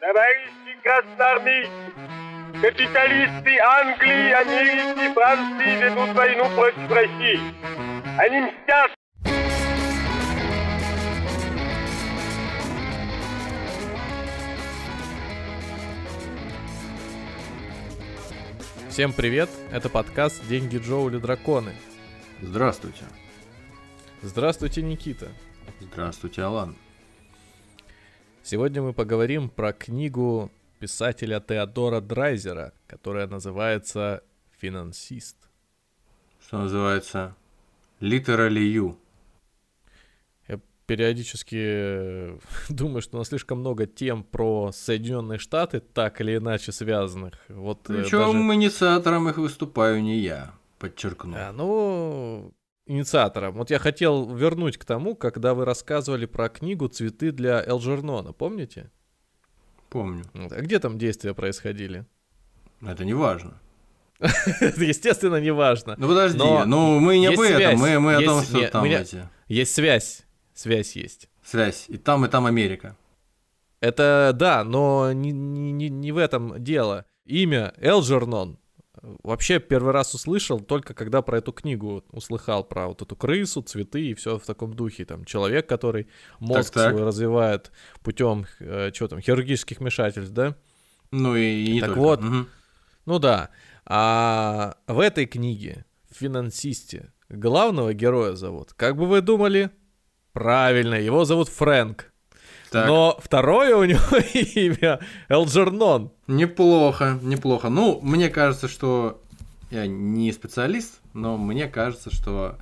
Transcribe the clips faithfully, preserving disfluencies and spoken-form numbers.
Товарищи красноармейцы, капиталисты Англии, Америки, Франции ведут войну против России. Они мстят. Всем привет, это подкаст «Деньги Джо или драконы». Здравствуйте. Здравствуйте, Никита. Здравствуйте, Алан. Сегодня мы поговорим про книгу писателя Теодора Драйзера, которая называется «Финансист». Что называется «Literally You». Я периодически думаю, что у нас слишком много тем про Соединенные Штаты, так или иначе связанных. Вот Причем даже... инициатором их выступаю не я, подчеркну. А, ну, инициатором. Вот я хотел вернуть к тому, когда вы рассказывали про книгу «Цветы для Элджернона», помните? Помню. Вот. А где там действия происходили? Это не важно. Естественно, не важно. Ну подожди, ну мы не об этом, мы, мы есть, о том, что не, там не, эти... Есть связь, связь есть. Связь, и там, и там Америка. Это да, но не, не, не в этом дело. Имя Элджернон вообще первый раз услышал только когда про эту книгу услыхал, про вот эту крысу, цветы и все в таком духе. Там человек, который мозг так, так. свой развивает путем э, что там, хирургических вмешательств, да? Ну и, и не так только. вот, угу. ну да. А в этой книге, в «Финансисте», главного героя зовут, как бы вы думали? Правильно, его зовут Фрэнк. Так. Но второе у него имя Элджернон. Неплохо, неплохо. Ну, мне кажется, что... Я не специалист, но мне кажется, что...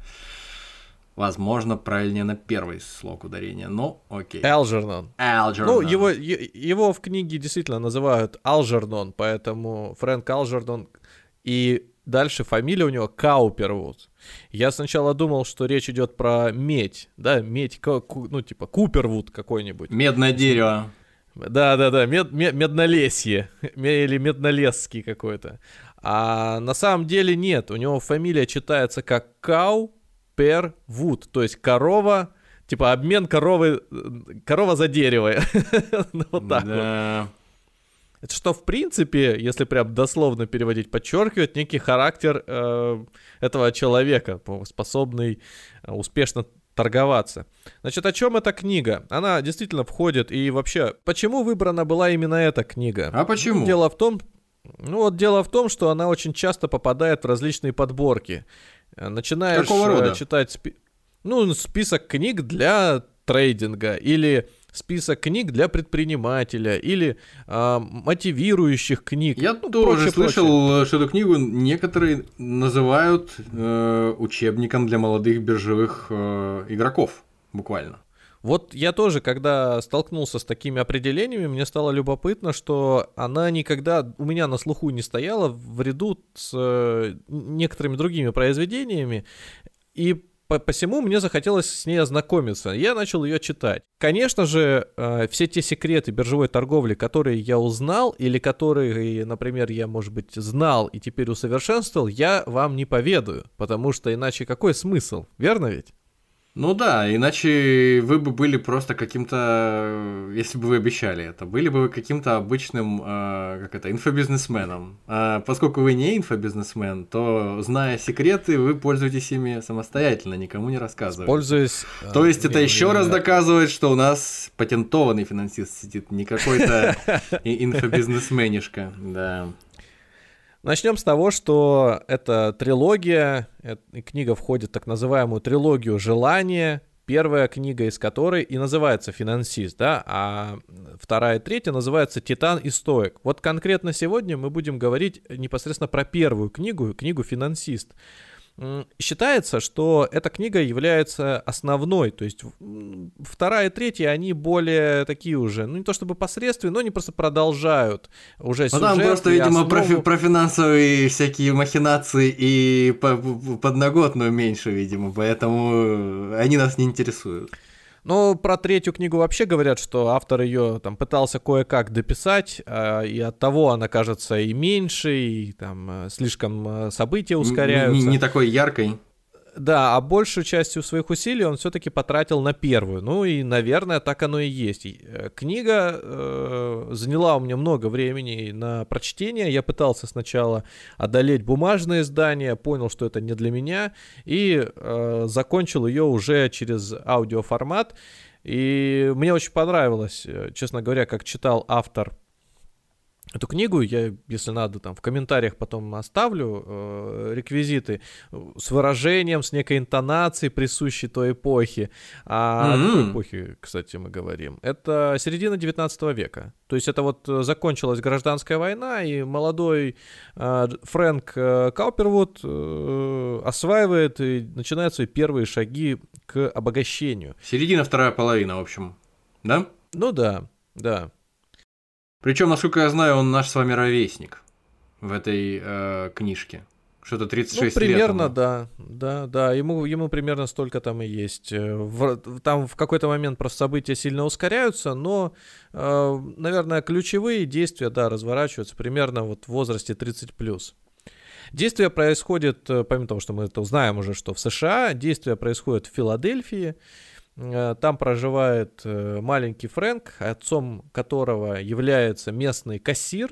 Возможно, правильнее на первый слог ударения, но окей. Элджернон. Элджернон. Ну, его, его в книге действительно называют Алджернон, поэтому Фрэнк Алджернон. И дальше фамилия у него Каупервуд. Я сначала думал, что речь идет про медь, да, медь, ну, типа Купервуд какой-нибудь. Медное дерево. Да-да-да, мед, мед, меднолесье, или меднолесский какой-то. А на самом деле нет, у него фамилия читается как Каупервуд, то есть корова, типа обмен коровы, корова за дерево. Вот так вот. Это что, в принципе, если прям дословно переводить, подчеркивает некий характер э, этого человека, способный э, успешно торговаться. Значит, о чем эта книга? Она действительно входит, и вообще, почему выбрана была именно эта книга? А почему? Ну, дело в том, ну вот дело в том, что она очень часто попадает в различные подборки. Начинаешь Какого рода? читать спи- ну, список книг для трейдинга или список книг для предпринимателя или а, мотивирующих книг. Я ну, тоже прочее, слышал, прочее. что эту книгу некоторые называют э, учебником для молодых биржевых э, игроков, буквально. Вот я тоже, когда столкнулся с такими определениями, мне стало любопытно, что она никогда у меня на слуху не стояла в ряду с э, некоторыми другими произведениями, и посему мне захотелось с ней ознакомиться. Я начал ее читать. Конечно же, э, все те секреты биржевой торговли, которые я узнал, или которые, например, я, может быть, знал и теперь усовершенствовал, я вам не поведаю, потому что иначе какой смысл? Верно ведь? Ну да, иначе вы бы были просто каким-то, если бы вы обещали это, были бы вы каким-то обычным, э, как это, инфобизнесменом. А поскольку вы не инфобизнесмен, то, зная секреты, вы пользуетесь ими самостоятельно, никому не рассказываете. Пользуюсь... То есть это еще раз доказывает, что у нас патентованный финансист сидит, не какой-то инфобизнесменишка, да. Начнем с того, что это трилогия, книга входит в так называемую трилогию желания, первая книга из которой и называется «Финансист», да, а вторая и третья называется «Титан и Стоик». Вот конкретно сегодня мы будем говорить непосредственно про первую книгу, книгу «Финансист». Считается, что эта книга является основной, то есть вторая и третья, они более такие уже, ну не то чтобы посредственные, но они просто продолжают уже сюжет. Ну там просто, видимо, основу... про, фи- про финансовые всякие махинации и по- подноготную меньше, видимо, поэтому они нас не интересуют. Ну, про третью книгу вообще говорят, что автор ее там пытался кое-как дописать, э, и оттого она кажется и меньше, и там слишком события ускоряются. Не, не такой яркой. Да, а большую частью своих усилий он все-таки потратил на первую. Ну и, наверное, так оно и есть. Книга э, э, заняла у меня много времени на прочтение. Я пытался сначала одолеть бумажное издание, понял, что это не для меня, и э, закончил ее уже через аудиоформат. И мне очень понравилось, честно говоря, как читал автор эту книгу. Я, если надо, там в комментариях потом оставлю э, реквизиты с выражением, с некой интонацией, присущей той эпохи. А mm-hmm. о какой эпохе, кстати, мы говорим? Это середина девятнадцатого века. То есть это вот закончилась гражданская война, и молодой э, Фрэнк э, Каупервуд э, осваивает и начинает свои первые шаги к обогащению. Середина, вторая половина, в общем, да? Ну да, да. Причем, насколько я знаю, он наш с вами ровесник в этой э, книжке. Что-то тридцать шесть ну, примерно, лет. да, да, да. Ему, ему примерно столько там и есть. В, там в какой-то момент просто события сильно ускоряются, но, э, наверное, ключевые действия, да, разворачиваются примерно вот в возрасте тридцать плюс. Действие происходит, помимо того, что мы это знаем уже, что в США, действие происходит в Филадельфии. Там проживает маленький Фрэнк, отцом которого является местный кассир.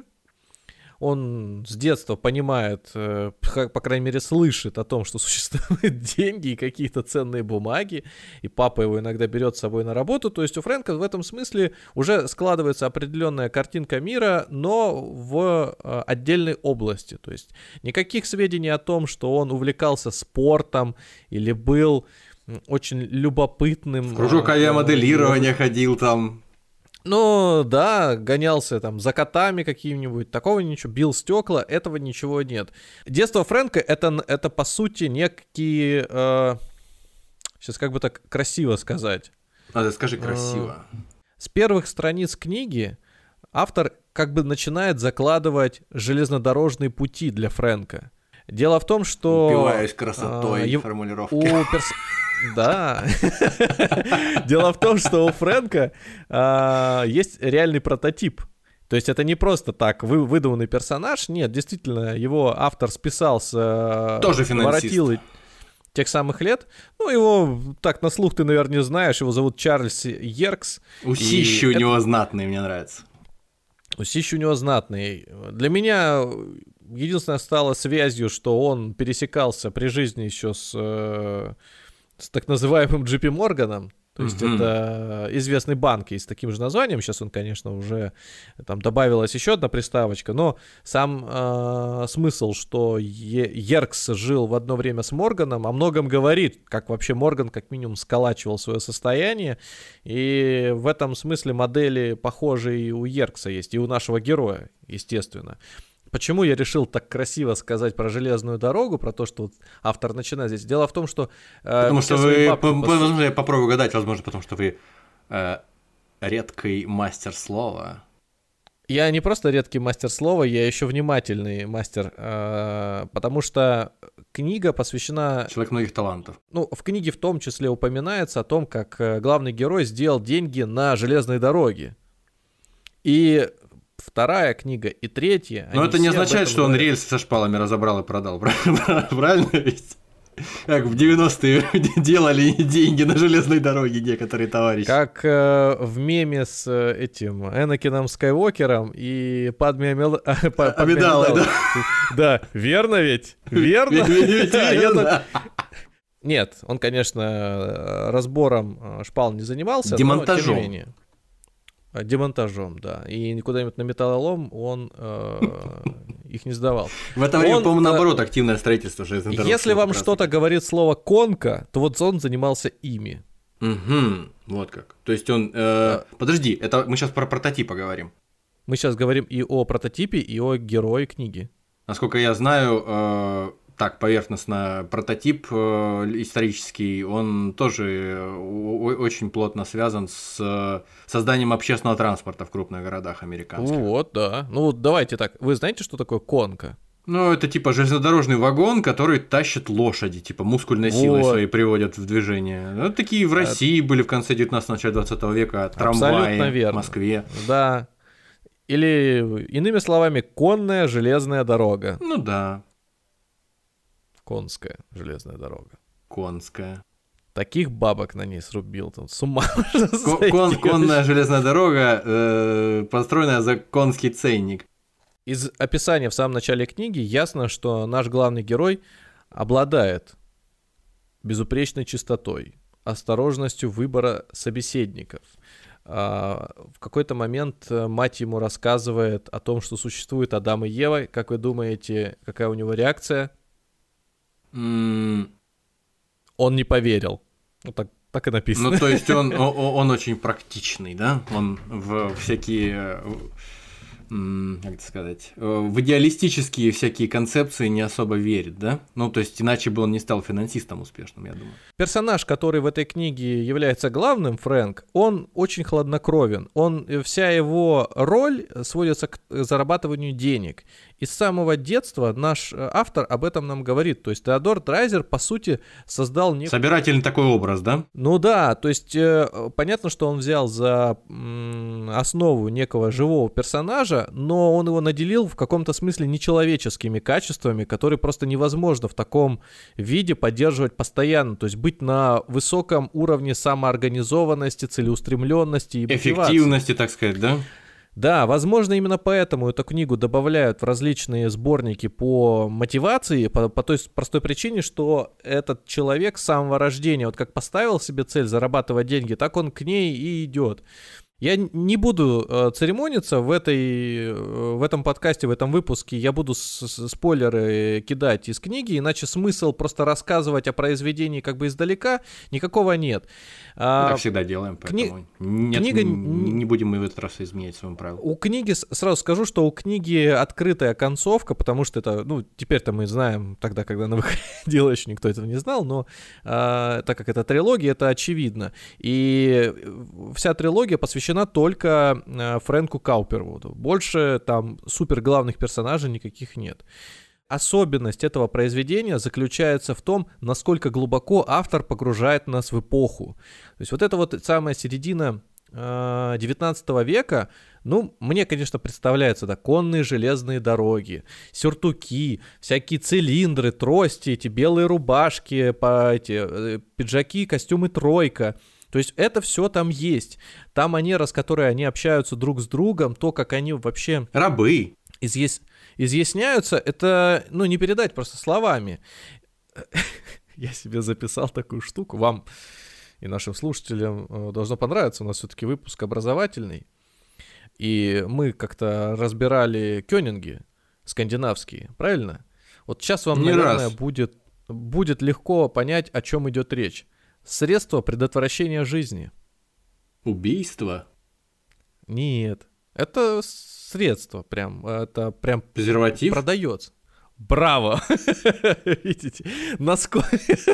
Он с детства понимает, по крайней мере, слышит о том, что существуют деньги и какие-то ценные бумаги, и папа его иногда берет с собой на работу. То есть у Фрэнка в этом смысле уже складывается определенная картинка мира, но в отдельной области. То есть никаких сведений о том, что он увлекался спортом или был очень любопытным. В кружок авиамоделирования ходил там. Ну, да, гонялся там за котами какими-нибудь, такого ничего, бил стекла, этого ничего нет. Детство Фрэнка это, это по сути, некие, э, сейчас как бы так красиво сказать. А ты скажи красиво. Э, с первых страниц книги автор как бы начинает закладывать железнодорожные пути для Фрэнка. Дело в том, что... Упиваюсь красотой э, формулировки. У перс... Да. Дело в том, что у Фрэнка а, есть реальный прототип. То есть это не просто так вы, выдуманный персонаж. Нет, действительно, его автор списал с Тоже финансист. Тех самых лет. Ну, его так на слух ты, наверное, не знаешь. Его зовут Чарльз Йеркс. Усищи у это... него знатные, мне нравится. Усищи у него знатные. Для меня единственное стало связью, что он пересекался при жизни еще с... с так называемым джей пи Морганом, то есть mm-hmm. это известный банк и с таким же названием, сейчас он, конечно, уже там добавилась еще одна приставочка, но сам э, смысл, что Е- Йеркс жил в одно время с Морганом, о многом говорит, как вообще Морган как минимум сколачивал свое состояние, и в этом смысле модели похожие и у Йеркса есть, и у нашего героя, естественно. Почему я решил так красиво сказать про железную дорогу, про то, что вот автор начинает здесь? Дело в том, что... Э, потому что вы... По, по, возможно, я попробую угадать, возможно, потому что вы э, редкий мастер слова. Я не просто редкий мастер слова, я еще внимательный мастер, э, потому что книга посвящена... Человек многих талантов. Ну, в книге в том числе упоминается о том, как главный герой сделал деньги на железной дороге. И... Вторая книга и третья. Но это не означает, что он рельсы со шпалами разобрал и продал, правильно ведь? Как в девяностые делали деньги на железной дороге некоторые товарищи. Как э, в меме с э, этим Энакином Скайуокером и Падме Амидалой. Да. Да, верно ведь? Верно? Нет, он, конечно, разбором шпал не занимался. Демонтажом. Но, тем не менее. Демонтажом, да. И куда-нибудь на металлолом он э, их не сдавал. В это время, он, по-моему, наоборот, активное строительство железной дороги. Если вам что-то говорит слово «конка», то вот он занимался ими. Угу, вот как. То есть он... Э, а... Подожди, это мы сейчас про прототип поговорим. Мы сейчас говорим и о прототипе, и о герое книги. Насколько я знаю... Э... Так, поверхностно, прототип э, исторический, он тоже очень плотно связан с э, созданием общественного транспорта в крупных городах американских. Вот, да. Ну, давайте так. Вы знаете, что такое конка? Ну, это типа железнодорожный вагон, который тащит лошади, типа мускульной силой вот. Своей приводят в движение. Ну, такие в России были в конце девятнадцатого, начале двадцатого века, трамваи в Москве. Да. Или, иными словами, конная железная дорога. Ну да. Конская железная дорога. Конская. Таких бабок на ней срубил, там с ума можно сойти. Кон, конная железная дорога, э, построенная за конский ценник. Из описания в самом начале книги ясно, что наш главный герой обладает безупречной чистотой, осторожностью выбора собеседников. А, в какой-то момент мать ему рассказывает о том, что существует Адам и Ева. Как вы думаете, какая у него реакция? Mm. Он не поверил. Ну, так, так и написано. Ну, то есть он, он, он очень практичный, да? Он в всякие, как это сказать, в идеалистические всякие концепции не особо верит, да? Ну, то есть иначе бы он не стал финансистом успешным, я думаю. Персонаж, который в этой книге является главным, Фрэнк, он очень хладнокровен. Он, вся его роль сводится к зарабатыванию денег. И с самого детства наш автор об этом нам говорит. То есть Теодор Драйзер, по сути, создал... Нек... Собирательный такой образ, да? Ну да, то есть э, понятно, что он взял за м, основу некого живого персонажа, но он его наделил в каком-то смысле нечеловеческими качествами, которые просто невозможно в таком виде поддерживать постоянно. То есть быть на высоком уровне самоорганизованности, целеустремленности и мотивации. Эффективности, так сказать, да? Да, возможно, именно поэтому эту книгу добавляют в различные сборники по мотивации, по, по той простой причине, что этот человек с самого рождения, вот как поставил себе цель зарабатывать деньги, так он к ней и идет. Я не буду э, церемониться в, этой, э, в этом подкасте, в этом выпуске, я буду с- с- спойлеры кидать из книги, иначе смысл просто рассказывать о произведении как бы издалека никакого нет. А, как всегда делаем, поэтому кни- нет, книга... не будем мы в этот раз изменять своим правилам. У книги, сразу скажу, что у книги открытая концовка, потому что это, ну, теперь-то мы знаем, тогда, когда она выходила, еще никто этого не знал, но э, так как это трилогия, это очевидно. И вся трилогия посвящена только э, Фрэнку Каупервуду. Больше там супер главных персонажей никаких нет. Особенность этого произведения заключается в том, насколько глубоко автор погружает нас в эпоху. То есть вот это вот самая середина э, девятнадцатого века, ну, мне, конечно, представляются, да, конные железные дороги, сюртуки, всякие цилиндры, трости, эти белые рубашки, по, эти, э, пиджаки, костюмы тройка. То есть это все там есть. Та манера, с которой они общаются друг с другом, то, как они вообще... Рабы. Изъяс... изъясняются, это, ну, не передать просто словами. Я себе записал такую штуку. Вам и нашим слушателям должно понравиться. У нас все-таки выпуск образовательный. И мы как-то разбирали кёнинги скандинавские, правильно? Вот сейчас вам, Не наверное, раз. будет, будет легко понять, о чем идет речь. Средство предотвращения жизни. Убийство. Нет. Это средство прям. Это прям Презерватив. продается. Браво! Видите? Насколько...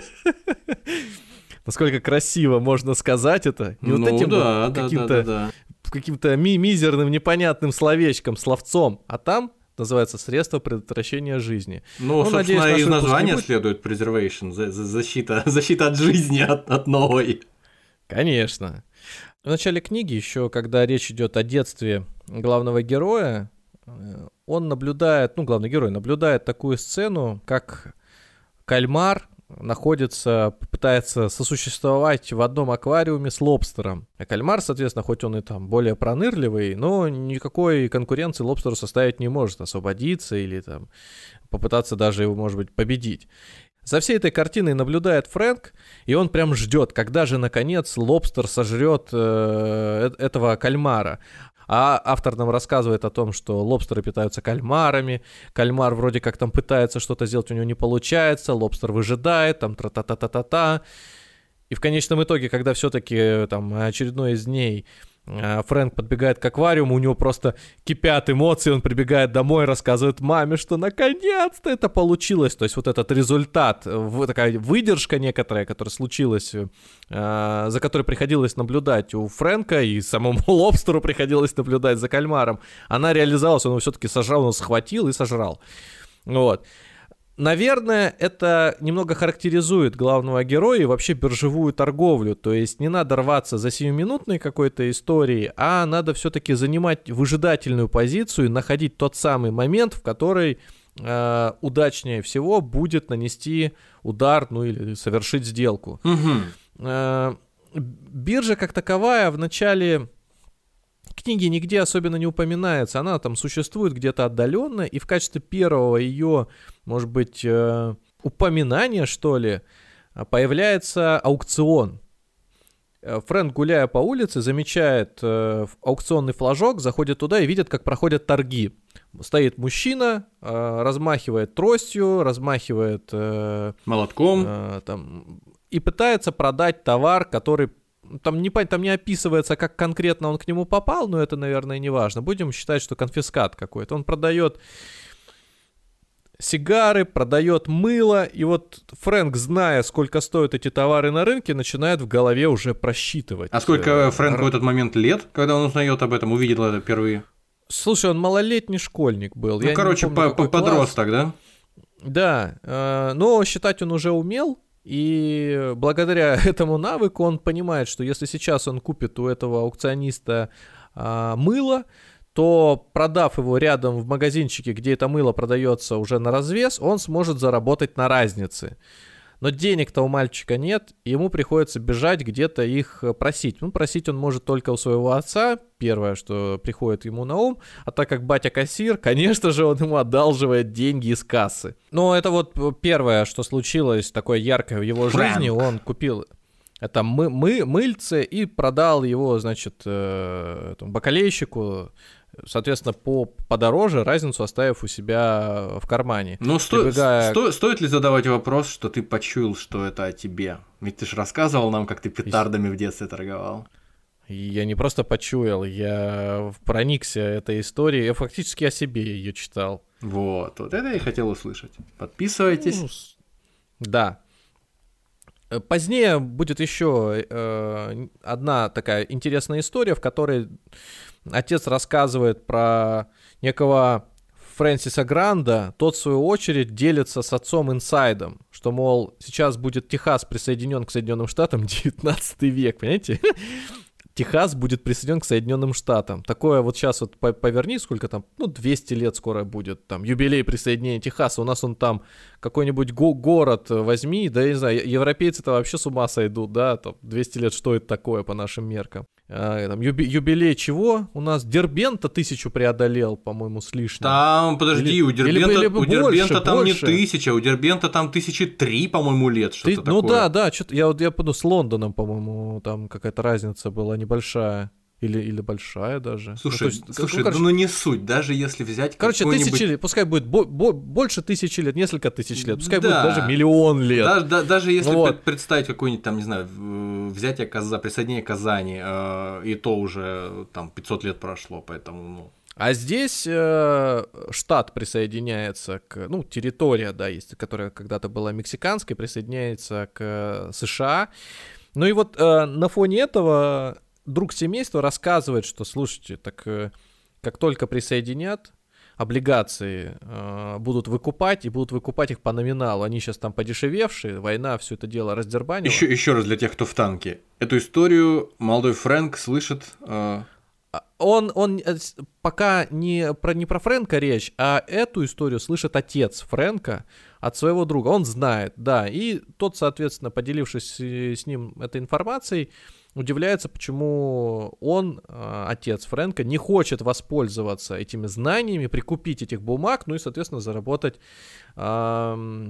Насколько красиво можно сказать это. Не ну, вот этим да, вот да, каким-то, да, да, да. каким-то ми- мизерным, непонятным словечком, словцом. А там называется средство предотвращения жизни. Ну, Ну, собственно, надеюсь, из наш выпуск не названия будет- следует preservation, за- за- защита, защита от жизни, от, от новой. Конечно. В начале книги, еще когда речь идет о детстве главного героя, э, он наблюдает, ну, главный герой наблюдает такую сцену, как кальмар находится, пытается сосуществовать в одном аквариуме с лобстером. А кальмар, соответственно, хоть он и там более пронырливый, но никакой конкуренции лобстеру составить не может, освободиться или там попытаться даже его, может быть, победить. За всей этой картиной наблюдает Фрэнк, и он прям ждет, когда же, наконец, лобстер сожрет э, этого кальмара. А автор нам рассказывает о том, что лобстеры питаются кальмарами, кальмар вроде как там пытается что-то сделать, у него не получается, лобстер выжидает, там тра-та-та-та-та-та. И в конечном итоге, когда все-таки там очередной из дней Фрэнк подбегает к аквариуму, у него просто кипят эмоции, он прибегает домой, рассказывает маме, что наконец-то это получилось. То есть вот этот результат, такая выдержка некоторая, которая случилась, за которой приходилось наблюдать у Фрэнка, и самому лобстеру приходилось наблюдать за кальмаром, она реализовалась, он его все-таки сожрал, он схватил и сожрал. Вот. Наверное, это немного характеризует главного героя и вообще биржевую торговлю. То есть не надо рваться за сиюминутной какой-то историей, а надо все-таки занимать выжидательную позицию и находить тот самый момент, в который э, удачнее всего будет нанести удар, ну или совершить сделку. Угу. биржа как таковая в начале книги нигде особенно не упоминается. Она там существует где-то отдаленно, и в качестве первого ее, может быть, упоминания, что ли, появляется аукцион. Фрэнк, гуляя по улице, замечает э, аукционный флажок, заходит туда и видит, как проходят торги. Стоит мужчина, э, размахивает тростью, размахивает... Э, молотком. Э, там, и пытается продать товар, который... Там не, там не описывается, как конкретно он к нему попал, но это, наверное, не важно. Будем считать, что конфискат какой-то. Он продает... сигары, продает мыло, и вот Фрэнк, зная, сколько стоят эти товары на рынке, начинает в голове уже просчитывать. А сколько Фрэнку в этот момент лет, когда он узнает об этом, увидел это впервые? Слушай, он малолетний школьник был. Ну, Я короче, помню, по- подросток, да? Да, э, но считать он уже умел, и благодаря этому навыку он понимает, что если сейчас он купит у этого аукциониста э, мыло, то, продав его рядом в магазинчике, где это мыло продается уже на развес, он сможет заработать на разнице. Но денег-то у мальчика нет, и ему приходится бежать где-то их просить. Ну, просить он может только у своего отца, первое, что приходит ему на ум, а так как батя кассир, конечно же, он ему одалживает деньги из кассы. Но это вот первое, что случилось такое яркое в его Фрэнк. жизни, он купил... Это мы, мы, мыльце и продал его, значит, э, этому бакалейщику, соответственно, по подороже, разницу оставив у себя в кармане. Ну, сто... Прибегая... сто... стоит ли задавать вопрос, что ты почуял, что это о тебе? Ведь ты же рассказывал нам, как ты петардами в детстве торговал. Я не просто почуял, я проникся этой историей, я фактически о себе ее читал. Вот, вот это я и хотел услышать. Подписывайтесь. Ну, да. Позднее будет еще э, одна такая интересная история, в которой отец рассказывает про некого Фрэнсиса Гранда. Тот, в свою очередь, делится с отцом инсайдом, что, мол, сейчас будет Техас присоединен к Соединенным Штатам, девятнадцатый век, понимаете? Техас будет присоединен к Соединенным Штатам. Такое вот сейчас вот поверни, сколько там, ну, двести лет скоро будет, там, юбилей присоединения Техаса. У нас он там какой-нибудь го- город возьми, да, я не знаю, европейцы-то вообще с ума сойдут, да, там, двести лет, что это такое по нашим меркам. А, там, юби- юбилей чего? У нас Дербент-то тысячу преодолел, по-моему, с лишним. Там, подожди, или, у Дербента, или, или у Дербента больше, там больше. не тысяча, у Дербента там тысячи три, по-моему, лет, что-то Ты, ну такое. да, да, что-то, я вот я подумал, с Лондоном, по-моему, там какая-то разница была небольшая. Или, или большая даже. Слушай, ну, есть, слушай ну, короче, ну не суть, даже если взять короче, какой-нибудь... тысячи лет, пускай будет бо- бо- больше тысячи лет, несколько тысяч лет, пускай Да. будет даже миллион лет. Даже, да, даже если Вот. пред- представить какой-нибудь там, не знаю, в- взятие Каза, присоединение Казани, э, и то уже там пятьсот лет прошло, поэтому, ну... А здесь э, штат присоединяется к, ну, территория, да, есть, которая когда-то была мексиканской, присоединяется к э, США. Ну и вот э, на фоне этого друг семейства рассказывает, что, слушайте, так э, как только присоединят, облигации э, будут выкупать, и будут выкупать их по номиналу. Они сейчас там подешевевшие, война все это дело раздербанила. Еще, еще раз для тех, кто в танке. Эту историю молодой Фрэнк слышит... Э... Он, он пока не про, не про Фрэнка речь, а эту историю слышит отец Фрэнка от своего друга. Он знает, да. И тот, соответственно, поделившись с ним этой информацией, удивляется, почему он, отец Фрэнка, не хочет воспользоваться этими знаниями, прикупить этих бумаг, ну и, соответственно, заработать э,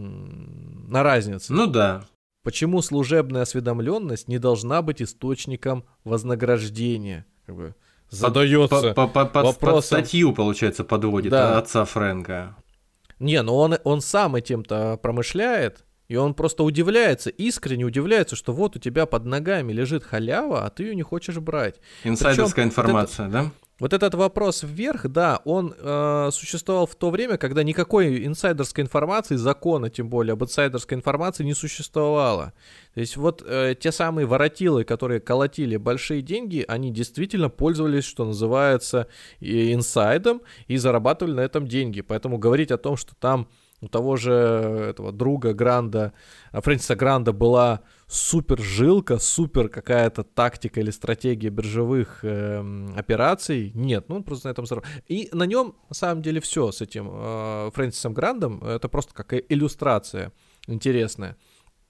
на разнице. Ну да. Почему служебная осведомленность не должна быть источником вознаграждения? Как бы задается под, под, под, вопросом. Под статью, получается, подводит да. отца Фрэнка. Не, ну он, он сам этим-то промышляет. И он просто удивляется, искренне удивляется, что вот у тебя под ногами лежит халява, а ты ее не хочешь брать. Инсайдерская Причем информация, вот да? Это, вот этот вопрос вверх, да, он э, существовал в то время, когда никакой инсайдерской информации, закона тем более об инсайдерской информации не существовало. То есть вот э, те самые воротилы, которые колотили большие деньги, они действительно пользовались, что называется, и инсайдом и зарабатывали на этом деньги. Поэтому говорить о том, что там у того же этого друга Гранда, Фрэнсиса Гранда, была супер жилка, супер какая-то тактика или стратегия биржевых э, операций. Нет, ну он просто на этом зарабатывал. И на нем на самом деле все с этим э, Фрэнсисом Грандом. Это просто какая иллюстрация интересная.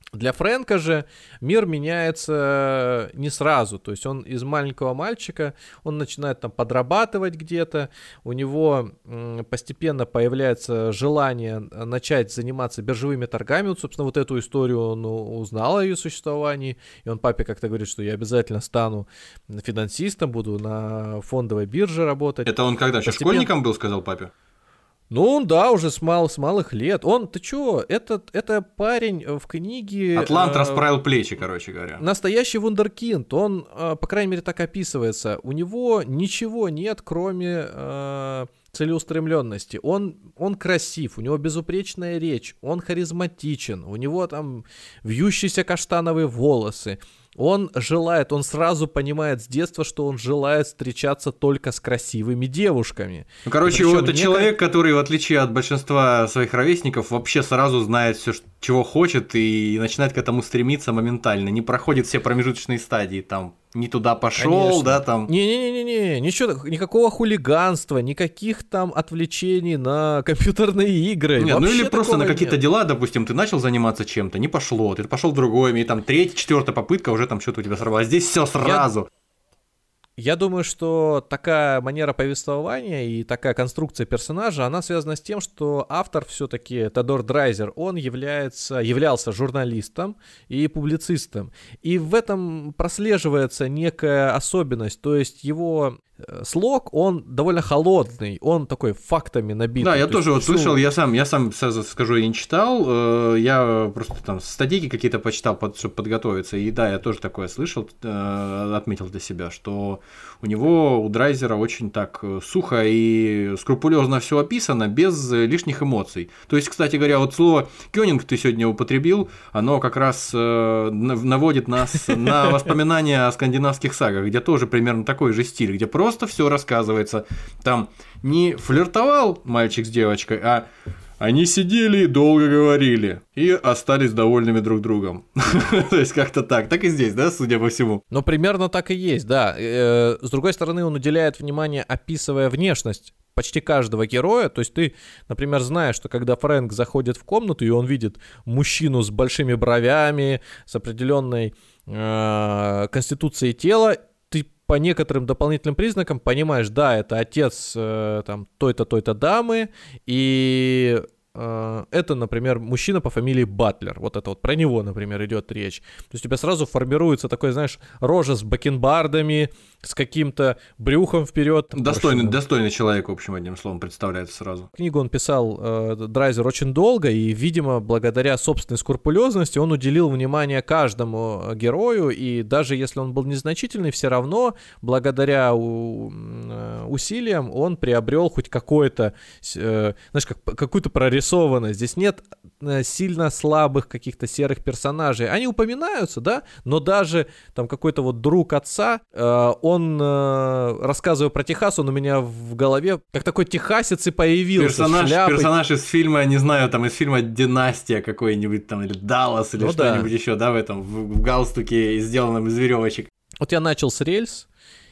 Для Фрэнка же мир меняется не сразу, то есть он из маленького мальчика, он начинает там подрабатывать где-то, у него м, постепенно появляется желание начать заниматься биржевыми торгами, вот, собственно, вот эту историю он узнал о ее существовании, и он папе как-то говорит, что я обязательно стану финансистом, буду на фондовой бирже работать. Это он когда, еще Постепенно... школьником был, сказал папе? Ну, да, уже с, мал, с малых лет. Он, ты чё, этот, это парень в книге... Атлант э, расправил плечи, короче говоря. Настоящий вундеркинд. Он, э, по крайней мере, так описывается. У него ничего нет, кроме э, целеустремленности. Он, он красив, у него безупречная речь, он харизматичен, у него там вьющиеся каштановые волосы. Он желает, он сразу понимает с детства, что он желает встречаться только с красивыми девушками. Ну, короче, Причём это некое... человек, который, в отличие от большинства своих ровесников, вообще сразу знает все, чего хочет, и начинает к этому стремиться моментально. Не проходит все промежуточные стадии, там, не туда пошел, да, там. Не-не-не-не, ничего, никакого хулиганства, никаких там отвлечений на компьютерные игры. Нет, ну или Вообще просто на такого какие-то нет. дела, допустим, ты начал заниматься чем-то, не пошло, ты пошел в другое, и там третья, четвертая попытка уже там что-то у тебя сорвалось. Здесь все сразу. Я думаю, что такая манера повествования и такая конструкция персонажа, она связана с тем, что автор все-таки, Теодор Драйзер, он является, являлся журналистом и публицистом. И в этом прослеживается некая особенность, то есть его слог, он довольно холодный, он такой фактами набитый. Да, я то тоже вот всю... слышал, я сам, я сам сразу скажу, я не читал, я просто там статейки какие-то почитал, под, чтобы подготовиться, и да, я тоже такое слышал, отметил для себя, что у него, у Драйзера очень так сухо и скрупулезно все описано, без лишних эмоций. То есть, кстати говоря, вот слово «кёнинг» ты сегодня употребил, оно как раз наводит нас на воспоминания о скандинавских сагах, где тоже примерно такой же стиль, где просто Просто все рассказывается. Там не флиртовал мальчик с девочкой, а они сидели и долго говорили. И остались довольными друг другом. То есть как-то так. Так и здесь, да, судя по всему. Ну, примерно так и есть, да. С другой стороны, он уделяет внимание, описывая внешность почти каждого героя. То есть ты, например, знаешь, что когда Фрэнк заходит в комнату, и он видит мужчину с большими бровями, с определенной э, конституцией тела, по некоторым дополнительным признакам понимаешь, да, это отец э, там той-то, той-то дамы, и э, это, например, мужчина по фамилии Батлер. Вот это вот про него, например, идет речь. То есть у тебя сразу формируется такой, знаешь, рожа с бакенбардами, с каким-то брюхом вперед. Достойный, достойный человек, в общем, одним словом, представляется сразу. Книгу он писал, э, Драйзер, очень долго, и, видимо, благодаря собственной скрупулезности он уделил внимание каждому герою, и даже если он был незначительный, все равно, благодаря у, э, усилиям, он приобрел хоть какой-то, э, знаешь, как, какую-то прорисованность. Здесь нет э, сильно слабых каких-то серых персонажей. Они упоминаются, да, но даже там какой-то вот друг отца, э, он, э, рассказывая про Техас, он у меня в голове как такой техасец и появился. Персонаж, персонаж из фильма, не знаю, там из фильма «Династия» какой-нибудь там, или «Даллас», или ну что-нибудь да. еще, да, в этом, в, в галстуке, сделанном из веревочек. Вот я начал с рельс,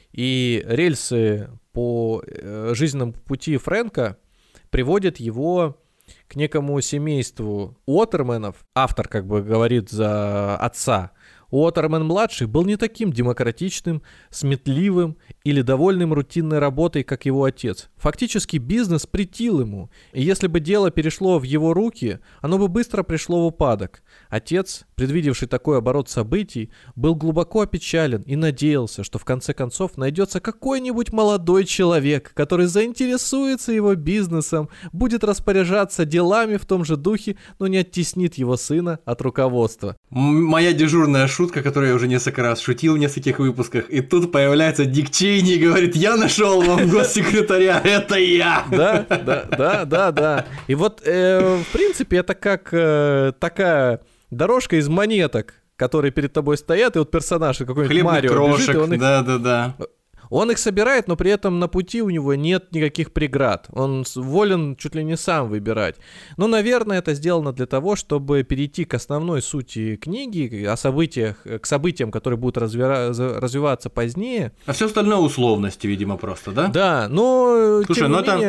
и рельсы по э, жизненному пути Фрэнка приводят его к некому семейству Уотерменов. Автор как бы говорит за отца. Уотермен-младший был не таким демократичным, сметливым или довольным рутинной работой, как его отец. Фактически бизнес претил ему, и если бы дело перешло в его руки, оно бы быстро пришло в упадок. Отец, предвидевший такой оборот событий, был глубоко опечален и надеялся, что в конце концов найдется какой-нибудь молодой человек, который заинтересуется его бизнесом, будет распоряжаться делами в том же духе, но не оттеснит его сына от руководства. Моя дежурная шутка, которую я уже несколько раз шутил в нескольких выпусках, и тут появляется Дик Чейни и говорит: я нашел вам госсекретаря, это я! Да, да, да, да, да. И вот, э, в принципе, это как э, такая дорожка из монеток, которые перед тобой стоят, и вот персонаж какой-нибудь Марио крошек, бежит, и он их... да, да, да. Он их собирает, но при этом на пути у него нет никаких преград. Он волен чуть ли не сам выбирать. Но, наверное, это сделано для того, чтобы перейти к основной сути книги, о событиях, к событиям, которые будут развира- развиваться позднее. А все остальное условности, видимо, просто, да? Да, но Слушай, тем ну не это менее...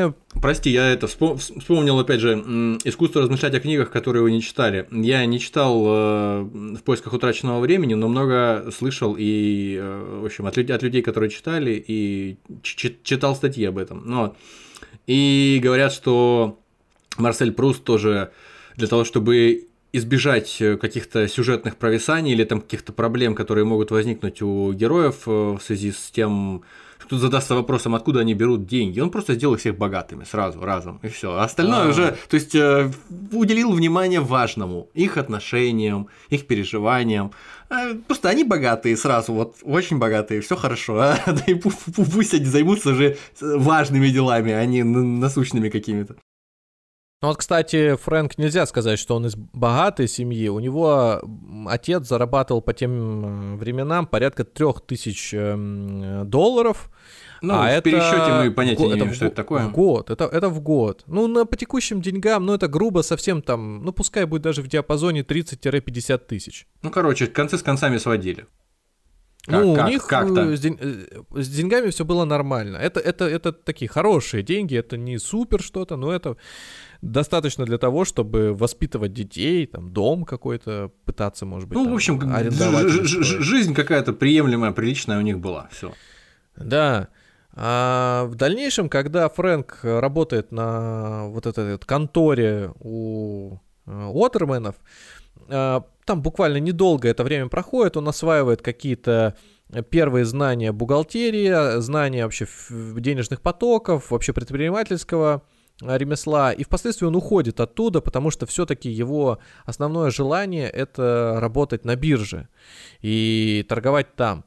прости, я это вспомнил, опять же, «Искусство размышлять о книгах, которые вы не читали». Я не читал «В поисках утраченного времени», но много слышал и, в общем, от людей, которые читали, и читал статьи об этом. Но... И говорят, что Марсель Пруст тоже для того, чтобы избежать каких-то сюжетных провисаний или там каких-то проблем, которые могут возникнуть у героев в связи с тем, кто задастся вопросом, откуда они берут деньги, он просто сделал их всех богатыми сразу, разом, и все. А остальное А-а-а. уже, то есть, уделил внимание важному, их отношениям, их переживаниям. Просто они богатые сразу, вот очень богатые, все хорошо, а? Да и пусть они займутся уже важными делами, а не насущными какими-то. Ну вот, кстати, Фрэнк, нельзя сказать, что он из богатой семьи. У него отец зарабатывал по тем временам порядка трех тысяч долларов. Ну, а в это пересчете мы понятия не имеем, это что в, это такое. В год, это, это в год. Ну, на, по текущим деньгам, ну, это грубо совсем там, ну, пускай будет даже в диапазоне тридцать-пятьдесят тысяч. Ну, короче, концы с концами сводили. Как, ну, как, у них как-то. С, день, с деньгами все было нормально. Это, это, это такие хорошие деньги, это не супер что-то, но это достаточно для того, чтобы воспитывать детей, там, дом какой-то пытаться, может быть, ну, там, в общем, арендовать. Ж- ж- жизнь какая-то приемлемая, приличная у них была, все. Да. А в дальнейшем, когда Фрэнк работает на вот этой вот конторе у Уотерменов, там буквально недолго это время проходит, он осваивает какие-то первые знания бухгалтерии, знания вообще денежных потоков, вообще предпринимательского ремесла, и впоследствии он уходит оттуда, потому что все-таки его основное желание — это работать на бирже и торговать там.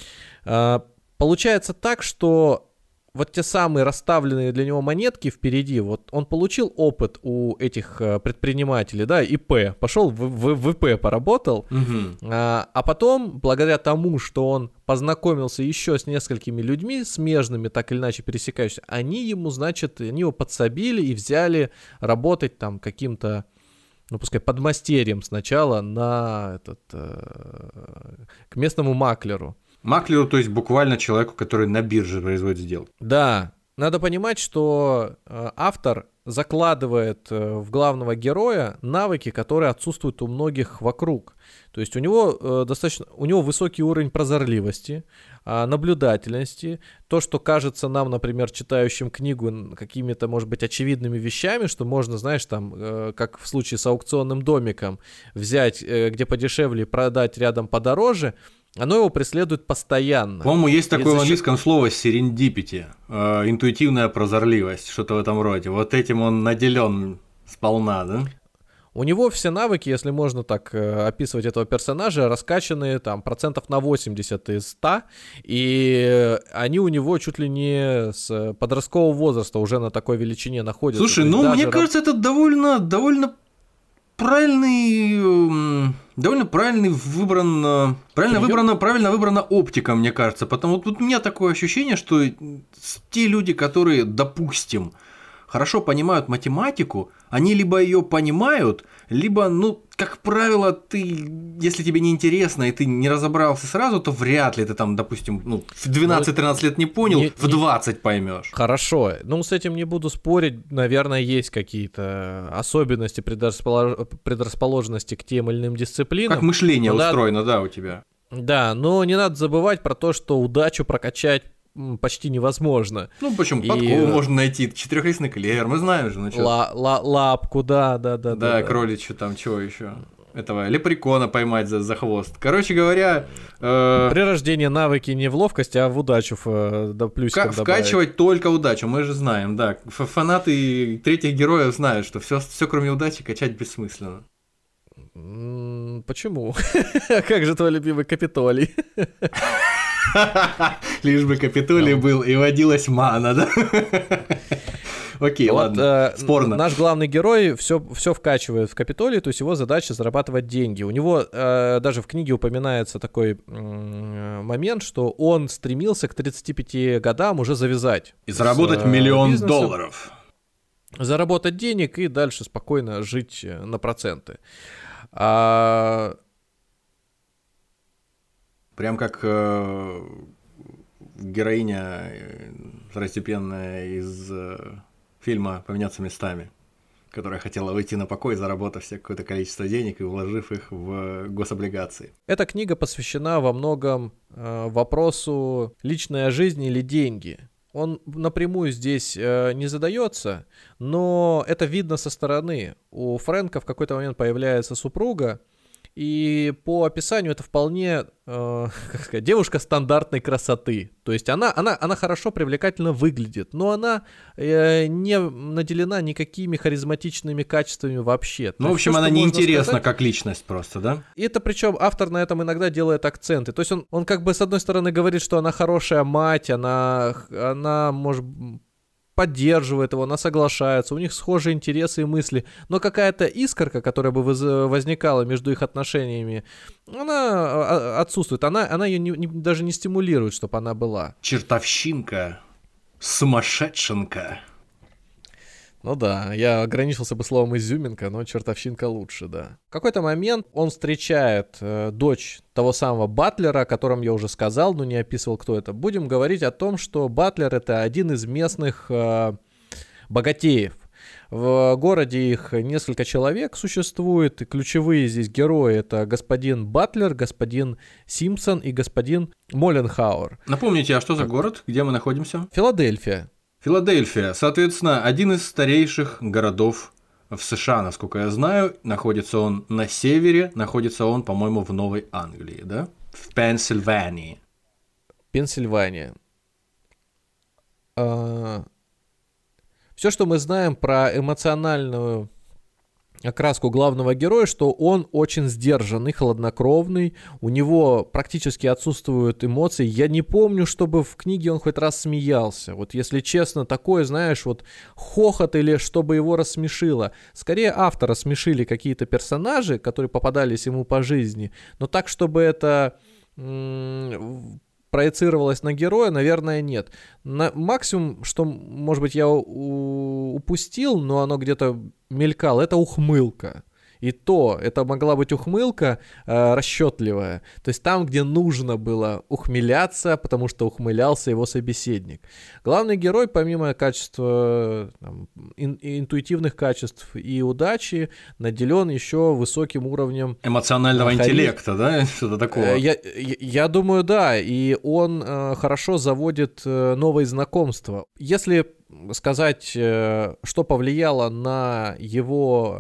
Получается так, что вот те самые расставленные для него монетки впереди, вот он получил опыт у этих предпринимателей, да, ИП, пошел в, в, в ИП поработал, угу. а, а потом, благодаря тому, что он познакомился еще с несколькими людьми, смежными, так или иначе пересекающимися, они ему, значит, они его подсобили и взяли работать там каким-то, ну, пускай подмастерьем сначала на этот, э, к местному маклеру. Маклеру, то есть буквально человеку, который на бирже производит сделки. Да, надо понимать, что э, автор закладывает э, в главного героя навыки, которые отсутствуют у многих вокруг. То есть у него э, достаточно, у него высокий уровень прозорливости, э, наблюдательности, то, что кажется нам, например, читающим книгу какими-то, может быть, очевидными вещами, что можно, знаешь, там, э, как в случае с аукционным домиком, взять, э, где подешевле, продать рядом подороже. Оно его преследует постоянно. По-моему, есть такое в английском слово serendipity, э, интуитивная прозорливость, что-то в этом роде. Вот этим он наделен сполна, да? У него все навыки, если можно так э, описывать этого персонажа, раскачаны там процентов на восемьдесят из ста, и они у него чуть ли не с подросткового возраста уже на такой величине находятся. Слушай, ну мне кажется, это довольно, довольно правильный, довольно правильный выбран, правильно выбрана, правильно выбрана оптика, мне кажется, потому что тут у меня такое ощущение, что те люди, которые, допустим, хорошо понимают математику, они либо ее понимают, либо, ну, как правило, ты, если тебе не интересно и ты не разобрался сразу, то вряд ли ты там, допустим, ну, в двенадцать-тринадцать лет не понял, не, в двадцать поймешь. Хорошо, ну, с этим не буду спорить, наверное, есть какие-то особенности предрасположенности к тем или иным дисциплинам. Как мышление но устроено, надо... да, у тебя. Да, но не надо забывать про то, что удачу прокачать почти невозможно. Ну, почему? И... подкову можно найти, четырехлистный клеер, мы знаем же. Ну, ла- ла- лапку, да, да, да. Да, да кроличью там, чего еще? Этого лепрекона поймать за, за хвост. Короче говоря... Э... При рождении навыки не в ловкости, а в удачу в, да, плюсиком добавить. Вкачивать только удачу, мы же знаем, да. Фанаты третьих героев знают, что все, все кроме удачи качать бессмысленно. Почему? Как же твой любимый Капитолий? Лишь бы Капитолий был и водилась мана, да? Окей, вот, ладно, э, спорно. Наш главный герой все, все вкачивает в Капитолий, то есть его задача зарабатывать деньги. У него э, даже в книге упоминается такой э, момент, что он стремился к тридцати пяти годам уже завязать. И заработать с, миллион бизнесом, долларов. Заработать денег и дальше спокойно жить на проценты. А... Прям как э, героиня второстепенная из э, фильма «Поменяться местами», которая хотела выйти на покой, заработав себе какое-то количество денег и вложив их в гособлигации. Эта книга посвящена во многом э, вопросу личная жизнь или деньги. Он напрямую здесь э, не задается, но это видно со стороны. У Фрэнка в какой-то момент появляется супруга, и по описанию это вполне, э, как сказать, девушка стандартной красоты. То есть она, она, она хорошо, привлекательно выглядит, но она э, не наделена никакими харизматичными качествами вообще. Ну, в общем, все, она неинтересна сказать, как личность просто, да? И это причем автор на этом иногда делает акценты. То есть он, он как бы с одной стороны говорит, что она хорошая мать, она, она может... поддерживает его, она соглашается, у них схожие интересы и мысли, но какая-то искорка, которая бы возникала между их отношениями, она отсутствует, она, она ее не, не, даже не стимулирует, чтобы она была. Чертовщинка, сумасшедшенка. Ну да, я ограничился бы словом изюминка, но чертовщинка лучше, да. В какой-то момент он встречает э, дочь того самого Батлера, о котором я уже сказал, но не описывал, кто это. Будем говорить о том, что Батлер — это один из местных э, богатеев. В городе их несколько человек существует, и ключевые здесь герои — это господин Батлер, господин Симпсон и господин Моленхауэр. Напомните, а что за город, где мы находимся? Филадельфия. Филадельфия, соответственно, один из старейших городов в США, насколько я знаю. Находится он на севере, находится он, по-моему, в Новой Англии, да? В Пенсильвании. Пенсильвания. А... Все, что мы знаем про эмоциональную окраску главного героя, что он очень сдержанный, хладнокровный, у него практически отсутствуют эмоции. Я не помню, чтобы в книге он хоть раз смеялся. Вот если честно, такое, знаешь, вот хохот или чтобы его рассмешило. Скорее автора смешили какие-то персонажи, которые попадались ему по жизни, но так, чтобы это... М- проецировалось на героя, наверное, нет. На максимум, что, может быть, я у- упустил, но оно где-то мелькало, это ухмылка. И то, это могла быть ухмылка э, расчетливая. То есть там, где нужно было ухмыляться, потому что ухмылялся его собеседник. Главный герой, помимо качества, там, ин- интуитивных качеств и удачи, наделен еще высоким уровнем эмоционального хари... интеллекта, да? Что-то такое. Я, я, я думаю, да. И он э, хорошо заводит э, новые знакомства. Если сказать, э, что повлияло на его...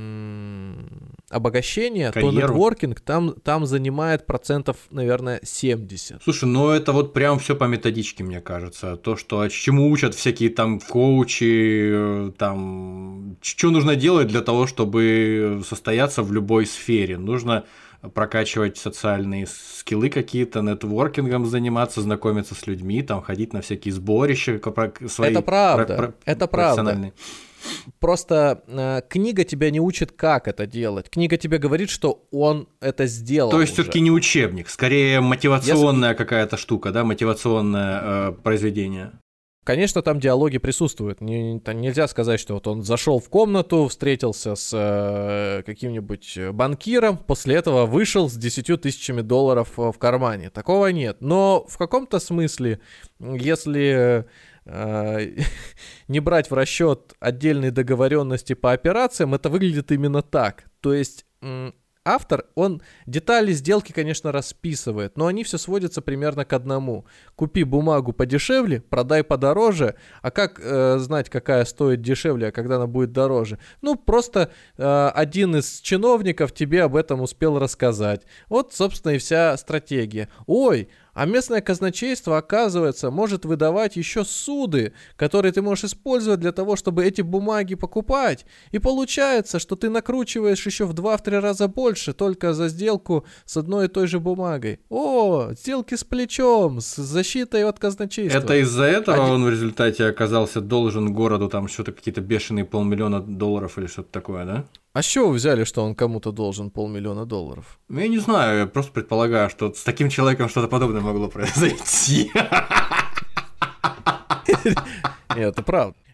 обогащение, карьеру, то нетворкинг там, там занимает процентов, наверное, семьдесят. Слушай, ну это вот прям все по методичке, мне кажется. То, что чему учат всякие там коучи, там, что нужно делать для того, чтобы состояться в любой сфере. Нужно прокачивать социальные скиллы какие-то, нетворкингом заниматься, знакомиться с людьми, там, ходить на всякие сборища. Свои это правда, про- про- это правда. Просто э, книга тебя не учит, как это делать. Книга тебе говорит, что он это сделал. То есть уже. все-таки не учебник, скорее мотивационная Если... какая-то штука, да, мотивационное э, произведение. Конечно, там диалоги присутствуют. Не, не, нельзя сказать, что вот он зашел в комнату, встретился с э, каким-нибудь банкиром, после этого вышел с десятью тысячами долларов в кармане. Такого нет. Но в каком-то смысле, если э, не брать в расчет отдельные договоренности по операциям, это выглядит именно так. То есть... М- Автор, он детали сделки, конечно, расписывает, но они все сводятся примерно к одному. Купи бумагу подешевле, продай подороже. А как э, знать, какая стоит дешевле, а когда она будет дороже? Ну, просто э, один из чиновников тебе об этом успел рассказать. Вот, собственно, и вся стратегия. Ой, а местное казначейство, оказывается, может выдавать еще суды, которые ты можешь использовать для того, чтобы эти бумаги покупать. И получается, что ты накручиваешь еще в два-три раза больше только за сделку с одной и той же бумагой. О, сделки с плечом, с защитой от казначейства. Это из-за этого Один... он в результате оказался должен городу там что-то какие-то бешеные полмиллиона долларов или что-то такое, да? А с чего вы взяли, что он кому-то должен полмиллиона долларов? Я не знаю, я просто предполагаю, что с таким человеком что-то подобное могло произойти. Нет, это правда.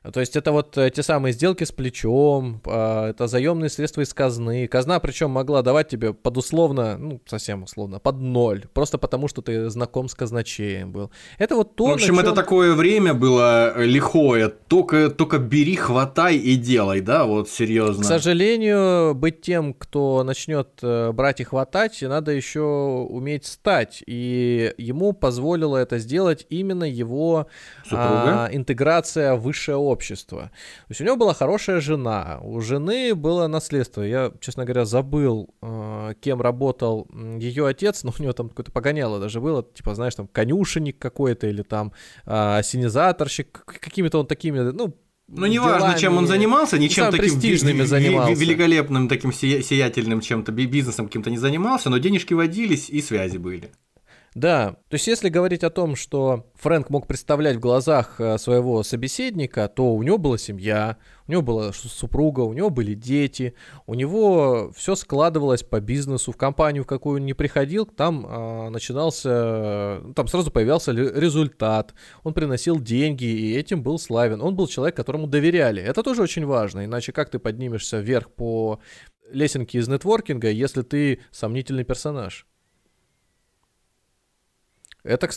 То есть это вот те самые сделки с плечом, это заемные средства из казны. Казна причем могла давать тебе под условно, ну совсем условно, под ноль, просто потому что ты знаком с казначеем был. Это вот то, в общем, чем... это такое время было лихое, только, только бери, хватай и делай, да, вот серьезно. К сожалению, быть тем, кто начнет брать и хватать, надо еще уметь стать, и ему позволило это сделать именно его а, интеграция в высшее общество. Общество. То есть у него была хорошая жена, у жены было наследство. Я, честно говоря, забыл, э, кем работал ее отец, но у него там какое-то погоняло даже было, типа, знаешь, там конюшенник какой-то или там э, ассенизаторщик, какими-то он такими, ну, Ну, неважно, чем он занимался, ничем таким престижными занимался. великолепным, таким сиятельным чем-то бизнесом каким-то не занимался, но денежки водились и связи были. Да, то есть если говорить о том, что Фрэнк мог представлять в глазах своего собеседника, то у него была семья, у него была супруга, у него были дети, у него все складывалось по бизнесу, в компанию, в какую он не приходил, там а, начинался, там сразу появлялся результат, он приносил деньги и этим был славен. Он был человек, которому доверяли, это тоже очень важно, иначе как ты поднимешься вверх по лесенке из нетворкинга, если ты сомнительный персонаж? Это,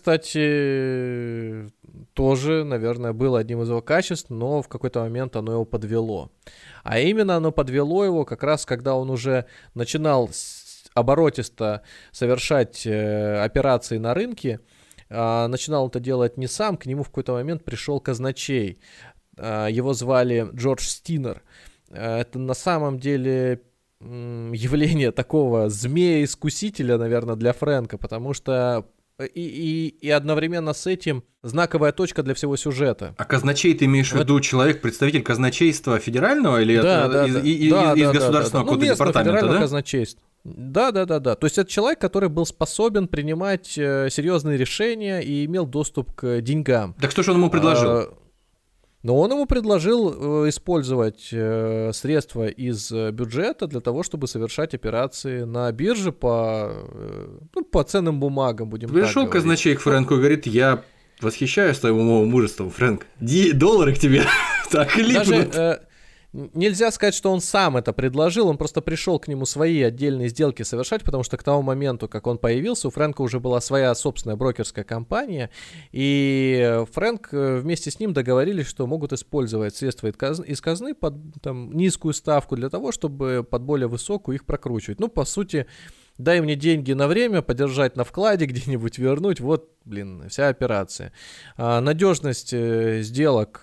кстати, тоже, наверное, было одним из его качеств, но в какой-то момент оно его подвело. А именно оно подвело его как раз, когда он уже начинал оборотисто совершать э, операции на рынке, э, начинал это делать не сам, к нему в какой-то момент пришел казначей. Э, его звали Джордж Стинер. Э, это на самом деле э, явление такого змея-искусителя, наверное, для Фрэнка, потому что И, и, и одновременно с этим знаковая точка для всего сюжета. А казначей ты имеешь в виду вот. Человек, представитель казначейства федерального или да, это, да, из, да. из, да, из да, государственного да, да. какого-то ну, департамента, федерального да? казначейства. Да, да, да, да. То есть это человек, который был способен принимать э, серьезные решения и имел доступ к деньгам. Так что же он ему предложил? А, но он ему предложил э, использовать э, средства из э, бюджета для того, чтобы совершать операции на бирже по, э, ну, по ценным бумагам, будем Пришел так говорить. казначей к Фрэнку и говорит: я восхищаюсь твоим умом, мужеством, Фрэнк. Ди- доллары к тебе так и липнут. Даже, э, нельзя сказать, что он сам это предложил, он просто пришел к нему свои отдельные сделки совершать, потому что к тому моменту, как он появился, у Фрэнка уже была своя собственная брокерская компания, и Фрэнк вместе с ним договорились, что могут использовать средства из казны, из казны под там, низкую ставку для того, чтобы под более высокую их прокручивать. Ну, по сути, дай мне деньги на время, подержать на вкладе, где-нибудь вернуть, вот, блин, вся операция. А, надежность э, сделок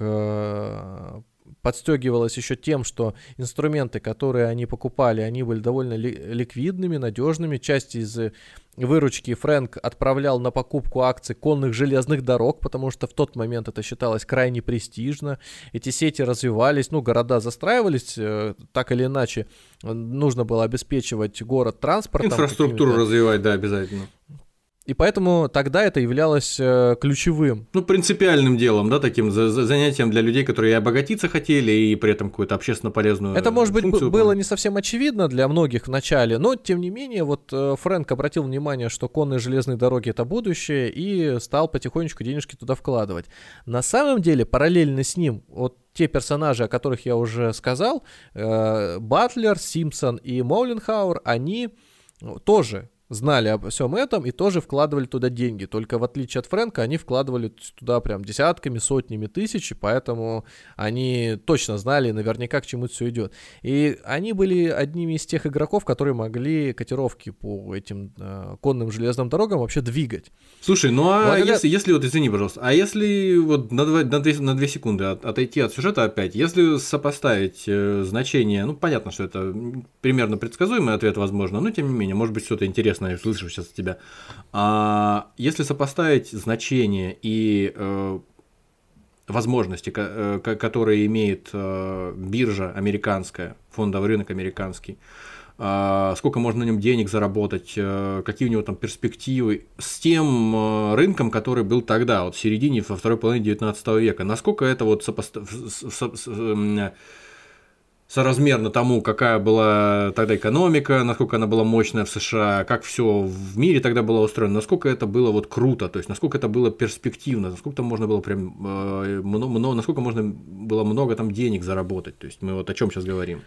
э, подстегивалось еще тем, что инструменты, которые они покупали, они были довольно ли- ликвидными, надежными. Часть из выручки Фрэнк отправлял на покупку акций конных железных дорог, потому что в тот момент это считалось крайне престижно. Эти сети развивались, ну, города застраивались, э, так или иначе нужно было обеспечивать город транспортом. Инфраструктуру развивать, да, обязательно. И поэтому тогда это являлось э, ключевым. Ну, принципиальным делом, да, таким за- за- занятием для людей, которые и обогатиться хотели, и при этом какую-то общественно полезную Это, может быть, функцию было не совсем очевидно для многих в начале, но, тем не менее, вот э, Фрэнк обратил внимание, что конные железные дороги — это будущее, и стал потихонечку денежки туда вкладывать. На самом деле, параллельно с ним, вот те персонажи, о которых я уже сказал, э, Батлер, Симпсон и Моуленхауэр, они тоже знали обо всем этом и тоже вкладывали туда деньги. Только в отличие от Фрэнка, они вкладывали туда прям десятками, сотнями тысяч, и поэтому они точно знали наверняка, к чему это все идет. И они были одними из тех игроков, которые могли котировки по этим э, конным железным дорогам вообще двигать. Слушай, ну а Благодаря... если, если вот, извини, пожалуйста, а если вот на, два, на, две, на две секунды от, отойти от сюжета опять, если сопоставить э, значение, ну понятно, что это примерно предсказуемый ответ, возможно, но тем не менее, может быть, что-то интересное я слышу сейчас от тебя. А если сопоставить значение и э, возможности, ко- э, которые имеет э, биржа американская, фондовый рынок американский, э, сколько можно на нем денег заработать, э, какие у него там перспективы, с тем э, рынком, который был тогда, вот в середине, во второй половине девятнадцатого века, насколько это вот сопоставить, соразмерно тому, какая была тогда экономика, насколько она была мощная в США, как все в мире тогда было устроено, насколько это было вот круто, то есть насколько это было перспективно, насколько там можно было прям э, много, насколько можно было много там денег заработать, то есть мы вот о чем сейчас говорим.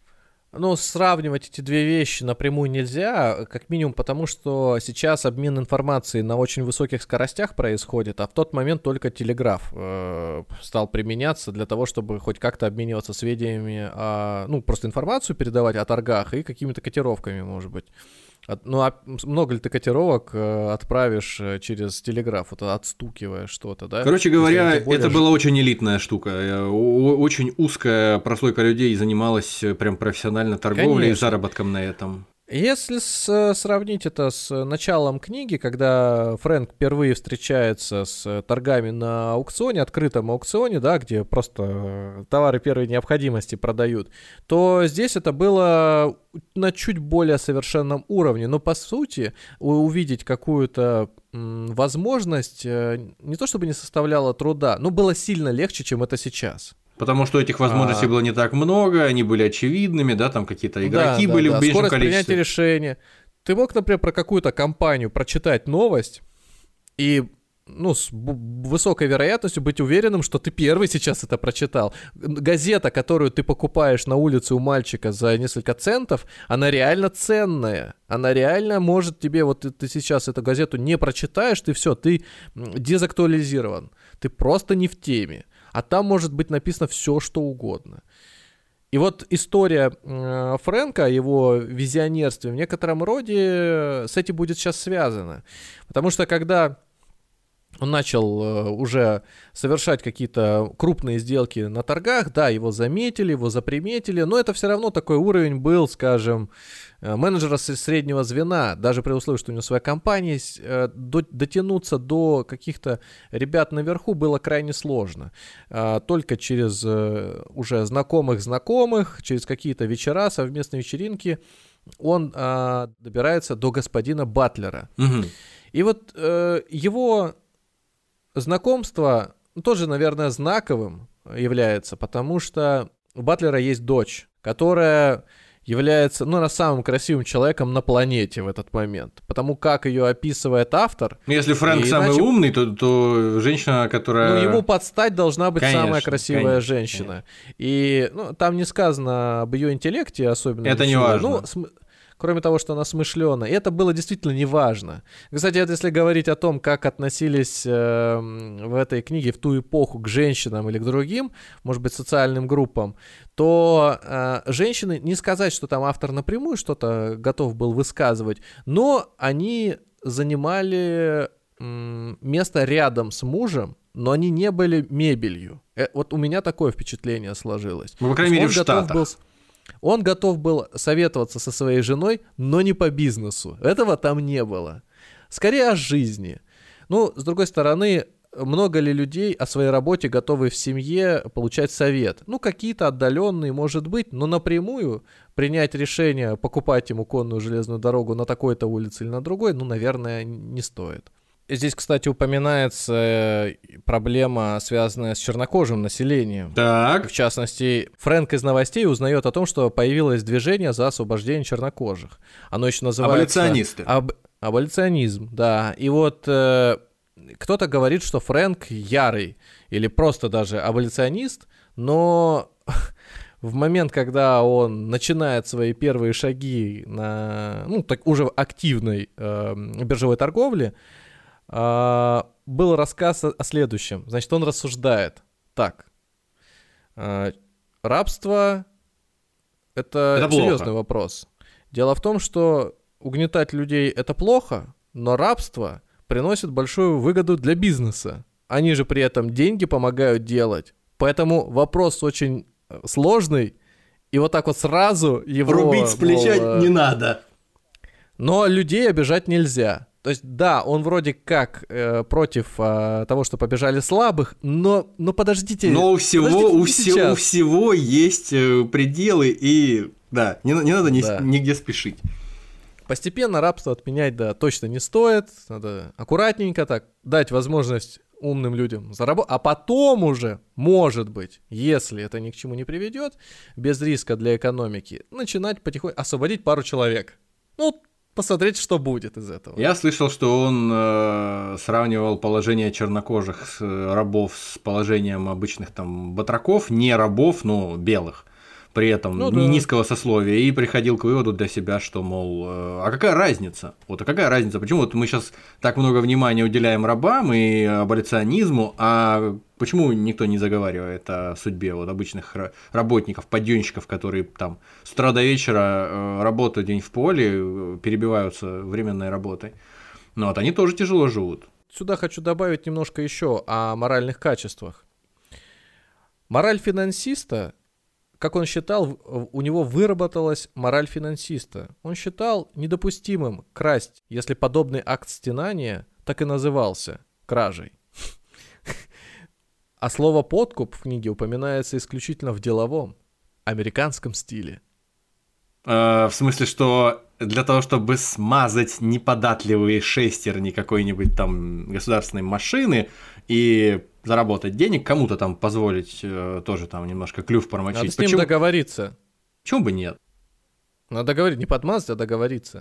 Ну, сравнивать эти две вещи напрямую нельзя, как минимум потому, что сейчас обмен информацией на очень высоких скоростях происходит, а в тот момент только телеграф э, стал применяться для того, чтобы хоть как-то обмениваться сведениями, о, ну, просто информацию передавать о торгах и какими-то котировками, может быть. От, ну, а много ли ты котировок э, отправишь э, через телеграф, вот, отстукивая что-то, да? Короче говоря, более... это была очень элитная штука. Очень узкая прослойка людей занималась прям профессионально торговлей и заработком на этом. Если с, сравнить это с началом книги, когда Фрэнк впервые встречается с торгами на аукционе, открытом аукционе, да, где просто товары первой необходимости продают, то здесь это было на чуть более совершенном уровне. Но по сути увидеть какую-то м, возможность не то чтобы не составляло труда, но было сильно легче, чем это сейчас. Потому что этих возможностей а... было не так много, они были очевидными, да, там какие-то игроки да, были да, в да. меньшем Скорость количестве. Принятия решения. Ты мог, например, про какую-то компанию прочитать новость и, ну, с высокой вероятностью быть уверенным, что ты первый сейчас это прочитал. Газета, которую ты покупаешь на улице у мальчика за несколько центов, она реально ценная. Она реально может тебе, вот ты, ты сейчас эту газету не прочитаешь, ты все, ты дезактуализирован. Ты просто не в теме. А там может быть написано все, что угодно. И вот история э, Фрэнка, его визионерстве в некотором роде с этим будет сейчас связана. Потому что когда он начал э, уже совершать какие-то крупные сделки на торгах, да, его заметили, его заприметили, но это все равно такой уровень был, скажем, менеджера среднего звена, даже при условии, что у него своя компания, дотянуться до каких-то ребят наверху было крайне сложно. Только через уже знакомых-знакомых, через какие-то вечера, совместные вечеринки он добирается до господина Батлера. Угу. И вот его знакомство тоже, наверное, знаковым является, потому что у Батлера есть дочь, которая является, ну, на самым красивым человеком на планете в этот момент. Потому как ее описывает автор. Если Фрэнк самый иначе... умный, то, то женщина, которая... Ну, ему подстать должна быть конечно, самая красивая конечно, женщина. Конечно. И ну, там не сказано об ее интеллекте особенно. Это не важно. Ну, см... Кроме того, что она смышленая. И это было действительно неважно. Кстати, если говорить о том, как относились э, в этой книге в ту эпоху к женщинам или к другим, может быть, социальным группам, то э, женщины, не сказать, что там автор напрямую что-то готов был высказывать, но они занимали э, место рядом с мужем, но они не были мебелью. Э, вот у меня такое впечатление сложилось. Ну, по крайней мере, в Штатах. Был... Он готов был советоваться со своей женой, но не по бизнесу. Этого там не было. Скорее о жизни. Ну, с другой стороны, много ли людей о своей работе готовы в семье получать совет? Ну, какие-то отдаленные, может быть, но напрямую принять решение, покупать ему конную железную дорогу на такой-то улице или на другой, ну, наверное, не стоит. Здесь, кстати, упоминается проблема, связанная с чернокожим населением. Так. В частности, Фрэнк из новостей узнает о том, что появилось движение за освобождение чернокожих. Оно еще называется... Аболиционисты. Аб... Аболиционизм, да. И вот э, кто-то говорит, что Фрэнк ярый или просто даже аболиционист, но... В момент, когда он начинает свои первые шаги на, ну, так уже активной э, биржевой торговле, Uh, был рассказ о, о следующем. Значит, он рассуждает так. Uh, рабство — это, это серьезный плохо. Вопрос. Дело в том, что угнетать людей — это плохо, но рабство приносит большую выгоду для бизнеса. Они же при этом деньги помогают делать. Поэтому вопрос очень сложный, и вот так вот сразу его... Рубить с плеча мол, не надо. Но людей обижать нельзя. То есть, да, он вроде как э, против э, того, что побежали слабых, но, но подождите. Но у всего, у, все, у всего есть э, пределы, и да, не, не надо ни, да. нигде спешить. Постепенно рабство отменять, да, точно не стоит. Надо аккуратненько так дать возможность умным людям заработать, а потом уже, может быть, если это ни к чему не приведет, без риска для экономики, начинать потихоньку освободить пару человек. Ну, посмотреть, что будет из этого. Я слышал, что он э, сравнивал положение чернокожих с, э, рабов с положением обычных там батраков, не рабов, но белых. При этом ну, не да. низкого сословия, и приходил к выводу для себя, что, мол, э, а какая разница? Вот, а какая разница? Почему вот мы сейчас так много внимания уделяем рабам и аболиционизму, а почему никто не заговаривает о судьбе вот обычных работников, подъемщиков, которые там с утра до вечера э, работают день в поле, перебиваются временной работой? Ну вот, они тоже тяжело живут. Сюда хочу добавить немножко еще о моральных качествах. Мораль финансиста, как он считал, у него выработалась мораль финансиста. Он считал недопустимым красть, если подобный акт стенания так и назывался кражей. А слово «подкуп» в книге упоминается исключительно в деловом, американском стиле. Э, в смысле, что для того, чтобы смазать неподатливые шестерни какой-нибудь там государственной машины и заработать денег, кому-то там позволить э, тоже там немножко клюв промочить. Надо с ним Почему? договориться. Почему бы нет? Надо договориться, не подмазать, а договориться.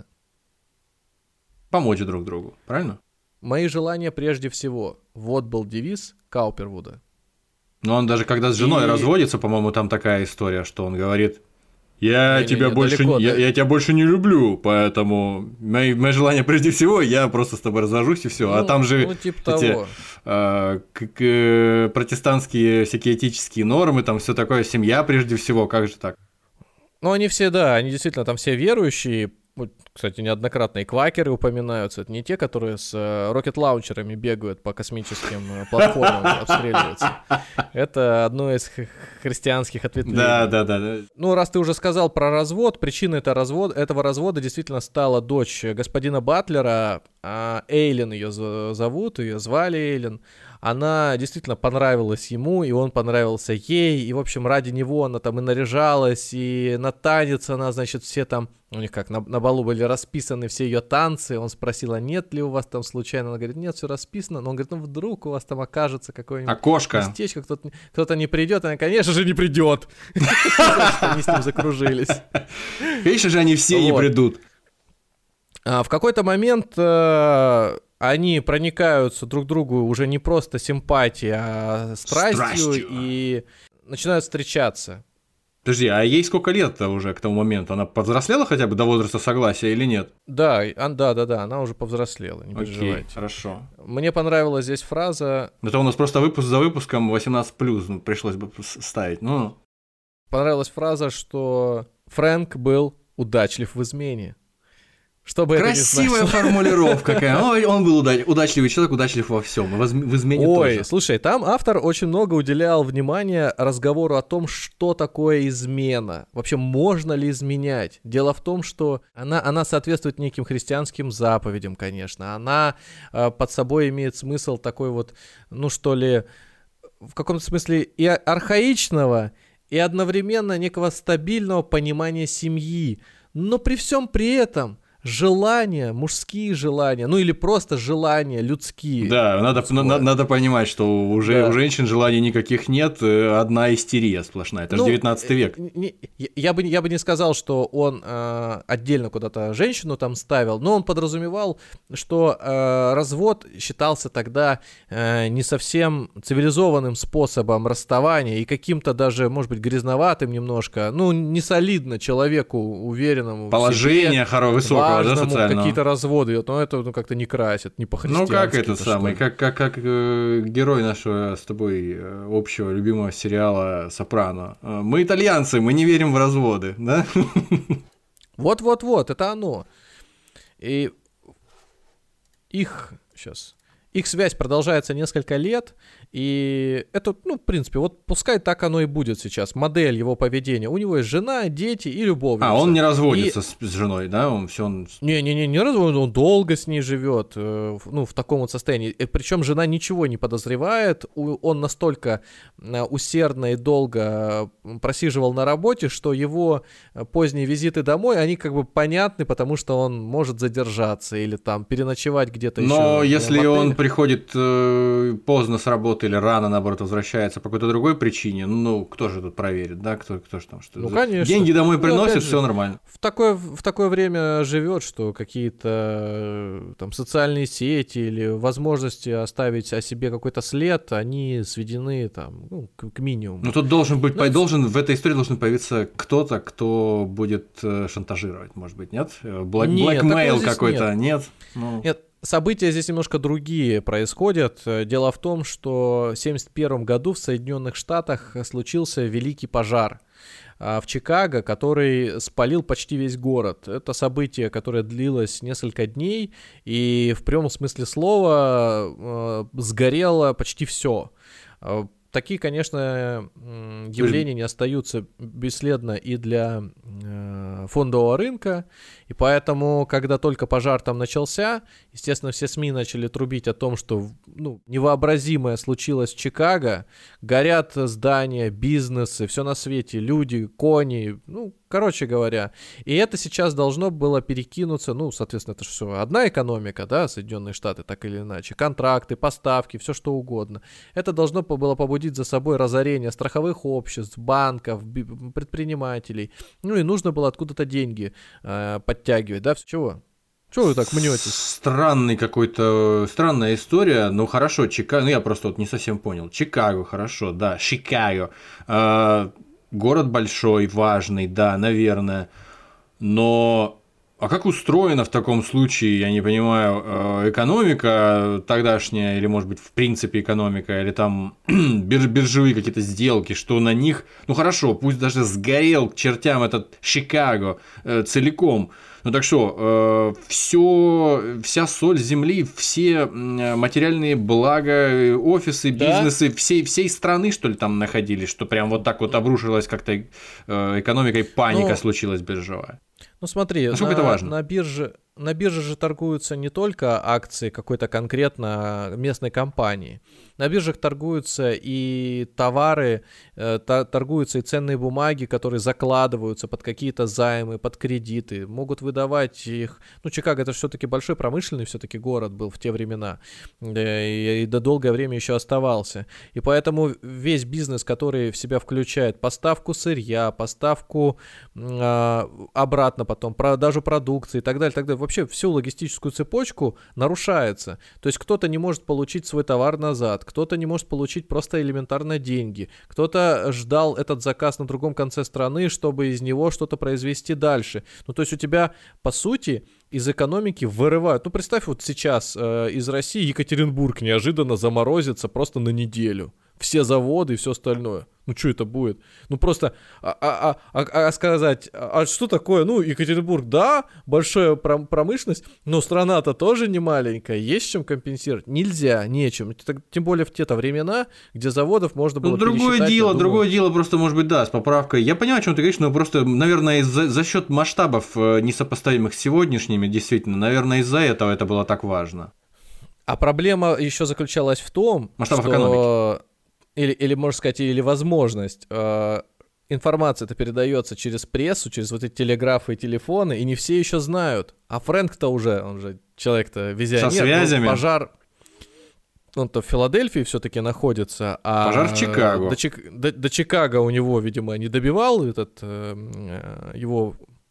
Помочь друг другу, правильно? Мои желания прежде всего. Вот был девиз Каупервуда. Но он даже когда с женой И... разводится, по-моему, там такая история, что он говорит: я Не-не-не, тебя больше далеко, я, да. я тебя больше не люблю, поэтому мои, мои желания прежде всего, я просто с тобой разожусь и все. Ну, а там же ну, типа эти того. э, к- к- протестантские всякие этические нормы, там все такое, семья прежде всего, как же так? Ну, они все, да, они действительно там все верующие. Вот, кстати, неоднократно и квакеры упоминаются. Это не те, которые с э, рокет-лаунчерами бегают по космическим э, платформам и обстреливаются. Это одно из х- христианских ответвлений. Да, да, да, да. Ну, раз ты уже сказал про развод, причиной это развод, этого развода действительно стала дочь господина Батлера, а Эйлин ее з- зовут, ее звали Эйлин. Она действительно понравилась ему, и он понравился ей, и, в общем, ради него она там и наряжалась, и на танец она, значит, все там, у них как, на, на балу были расписаны все ее танцы, он спросил, а нет ли у вас там случайно, она говорит, нет, все расписано, но он говорит, ну, вдруг у вас там окажется какое-нибудь Окошко. местечко, кто-то, кто-то не придет, она, конечно же, не придет. Они с ним закружились. Конечно же, они все не Вот. придут. А в какой-то момент э, они проникаются друг к другу уже не просто симпатией, а страстью, Страстью. и начинают встречаться. Подожди, а ей сколько лет-то уже к тому моменту? Она повзрослела хотя бы до возраста согласия или нет? Да, и- а, да, да, да, она уже повзрослела, не Окей, переживайте. хорошо. Мне понравилась здесь фраза, Это у нас просто выпуск за выпуском восемнадцать плюс, ну, пришлось бы с- ставить. Ну, понравилась фраза, что Фрэнк был удачлив в измене. Что бы это ни красивая значило. формулировка какая. Ой, он был удач- удачливый человек, удачлив во всем. В изм- в измене Ой, тоже. слушай, там автор очень много уделял внимания разговору о том, что такое измена. Вообще, можно ли изменять? Дело в том, что она, она соответствует неким христианским заповедям, конечно. Она э, под собой имеет смысл такой вот, ну что ли, в каком-то смысле и архаичного, и одновременно некого стабильного понимания семьи. Но при всем при этом... желания, мужские желания, ну или просто желания людские. Да, надо, Мужское. на- надо понимать, что уже Да. у женщин желаний никаких нет, э, одна истерия сплошная. Это же Ну, девятнадцатый век. э, не- я- я, бы, я бы не сказал, что он э, отдельно куда-то женщину там ставил, но он подразумевал, что э, развод считался тогда э, не совсем цивилизованным способом расставания и каким-то даже, может быть, грязноватым немножко, ну, не солидно человеку, уверенному Положение в себе, хоро- высокого, да, важному, социального. какие-то разводы, идет, но это ну, как-то не красит, не Ну, по-христиански. как этот это, что самый, ли. как, как, как э, герой нашего с тобой э, общего любимого сериала «Сопрано». Э, Мы итальянцы, мы не верим в разводы, да? Вот-вот-вот, это оно. И их сейчас. Их связь продолжается несколько лет, и это, ну, в принципе, вот пускай так оно и будет сейчас, модель его поведения. У него есть жена, дети и любовница. А, он не разводится И- с, с женой, да? Он все он... Не-не-не, не развод, он долго с ней живет, э, в- ну, в таком вот состоянии. Причем жена ничего не подозревает, у- он настолько э, усердно и долго э, просиживал на работе, что его э, поздние визиты домой, они как бы понятны, потому что он может задержаться или там переночевать где-то еще. Но в если мотеле. он приходит э, поздно с работы или рано, наоборот, возвращается по какой-то другой причине, ну, кто же тут проверит, да, кто, кто же там что-то... Ну, конечно. Деньги домой ну, приносят, же, все нормально. В такое, в такое время живет, что какие-то там социальные сети или возможности оставить о себе какой-то след, они сведены там, ну, к, к минимуму. Ну, тут должен быть, ну, должен, в этой истории должен появиться кто-то, кто будет шантажировать, может быть, нет? Блэк, нет, блэкмейл какой-то, нет? Нет? Ну... нет. События здесь немножко другие происходят. Дело в том, что в семьдесят первом году в Соединенных Штатах случился великий пожар в Чикаго, который спалил почти весь город. Это событие, которое длилось несколько дней, и в прямом смысле слова сгорело почти все. Такие, конечно, явления не остаются бесследно и для фондового рынка, и поэтому, когда только пожар там начался, естественно, все СМИ начали трубить о том, что ну, невообразимое случилось в Чикаго, горят здания, бизнесы, все на свете, люди, кони, ну, короче говоря. И это сейчас должно было перекинуться, ну, соответственно, это же все одна экономика, да, Соединенные Штаты, так или иначе, контракты, поставки, все что угодно. Это должно было побудить за собой разорение страховых обществ, банков, предпринимателей. Ну и нужно было откуда-то деньги э, подтягивать, да, чего? Чего вы так мнетесь? Странный какой-то, странная история. Ну хорошо, Чикаго, ну я просто вот не совсем понял. Чикаго, хорошо, да, Чикаго. Э, город большой, важный, да, наверное. Но а как устроена в таком случае, я не понимаю, экономика тогдашняя, или, может быть, в принципе экономика, или там биржевые какие-то сделки, что на них, ну хорошо, пусть даже сгорел к чертям этот Чикаго э, целиком, ну так что, э, все, вся соль земли, все материальные блага, офисы, бизнесы, да? всей, всей страны, что ли, там находились, что прям вот так вот обрушилась как-то э, экономика, и паника ну... случилась биржевая. Ну смотри, насколько это важно? На бирже, на бирже же торгуются не только акции какой-то конкретно местной компании. На биржах торгуются и товары, э, торгуются и ценные бумаги, которые закладываются под какие-то займы, под кредиты. Могут выдавать их... Ну, Чикаго — это все-таки большой промышленный все-таки город был в те времена. И, и до долгое время еще оставался. И поэтому весь бизнес, который в себя включает поставку сырья, поставку э, обратно потом, продажу продукции и так далее, так далее, вообще всю логистическую цепочку нарушается. То есть кто-то не может получить свой товар назад, кто-то не может получить просто элементарно деньги, кто-то ждал этот заказ на другом конце страны, чтобы из него что-то произвести дальше. Ну, то есть у тебя, по сути, из экономики вырывают. Ну, представь, вот сейчас э, из России Екатеринбург неожиданно заморозится просто на неделю. Все заводы и все остальное. Ну, что это будет? Ну, просто а, а, а, а сказать, а что такое? Ну, Екатеринбург, да, большая промышленность, но страна-то тоже не маленькая. Есть чем компенсировать? Нельзя, нечем. Тем более в те-то времена, где заводов можно было ну, другое дело, другое дело просто, может быть, да, с поправкой. Я понимаю, о чем ты говоришь, но просто, наверное, за, за счет масштабов, несопоставимых с сегодняшними, действительно, наверное, из-за этого это было так важно. А проблема еще заключалась в том, масштабов что... экономики. Или, или, можно сказать, или возможность. Э, информация-то передается через прессу, через вот эти телеграфы и телефоны, и не все еще знают. А Фрэнк-то уже, он же человек-то визионер. Со связями. Ну, пожар, он-то в Филадельфии все-таки находится. А пожар в Чикаго. До, Чик... до, до Чикаго у него, видимо, не добивал этот э, его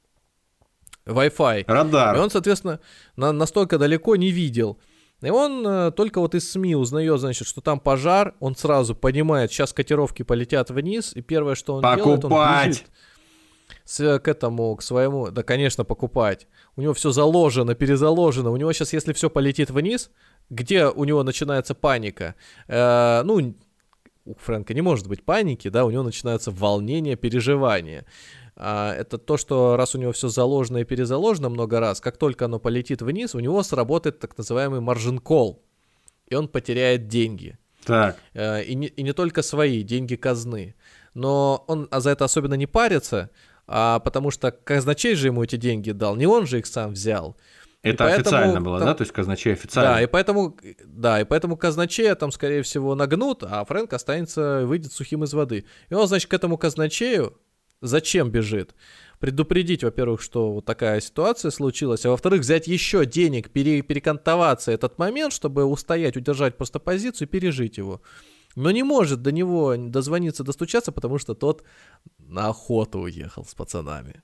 Wi-Fi. Радар. И он, соответственно, на, настолько далеко не видел. И он э, только вот из СМИ узнает, значит, что там пожар, он сразу понимает, сейчас котировки полетят вниз, и первое, что он покупать. делает, он бежит с, к этому, к своему, да, конечно, покупать. У него все заложено, перезаложено, у него сейчас, если все полетит вниз, где у него начинается паника? Э, ну, у Фрэнка не может быть паники, да, у него начинается волнение, переживание. Это то, что раз у него все заложено и перезаложено много раз, как только оно полетит вниз, у него сработает так называемый margin call, и он потеряет деньги. Так. И не, и не только свои, деньги казны. Но он за это особенно не парится, а потому что казначей же ему эти деньги дал, не он же их сам взял. Это и официально поэтому, было, там, да? То есть казначей официально. Да, и поэтому, да, и поэтому казначея там, скорее всего, нагнут, а Фрэнк останется, выйдет сухим из воды. И он, значит, к этому казначею зачем бежит? Предупредить, во-первых, что вот такая ситуация случилась, а во-вторых, взять еще денег, пере- перекантоваться этот момент, чтобы устоять, удержать просто позицию и пережить его. Но не может до него дозвониться, достучаться, потому что тот на охоту уехал с пацанами.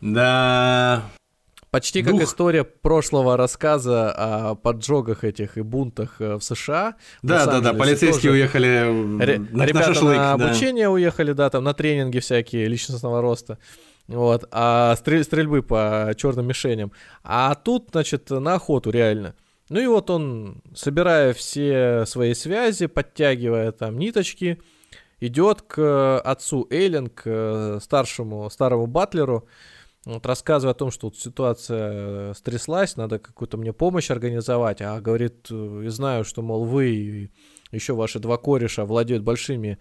Да. Почти как Дух. история прошлого рассказа о поджогах этих и бунтах в США. Да, да, да, полицейские тоже уехали Ре- на, ребята на шашлык. на да. обучение уехали, да, там на тренинги всякие личностного роста. Вот, а стрель- стрельбы по черным мишеням. А тут, значит, на охоту реально. Ну и вот он, собирая все свои связи, подтягивая там ниточки, идет к отцу Эйлин, к старшему, старому батлеру, вот, рассказывая о том, что вот ситуация стряслась, надо какую-то мне помощь организовать. А говорит, я знаю, что, мол, вы и еще ваши два кореша владеют большими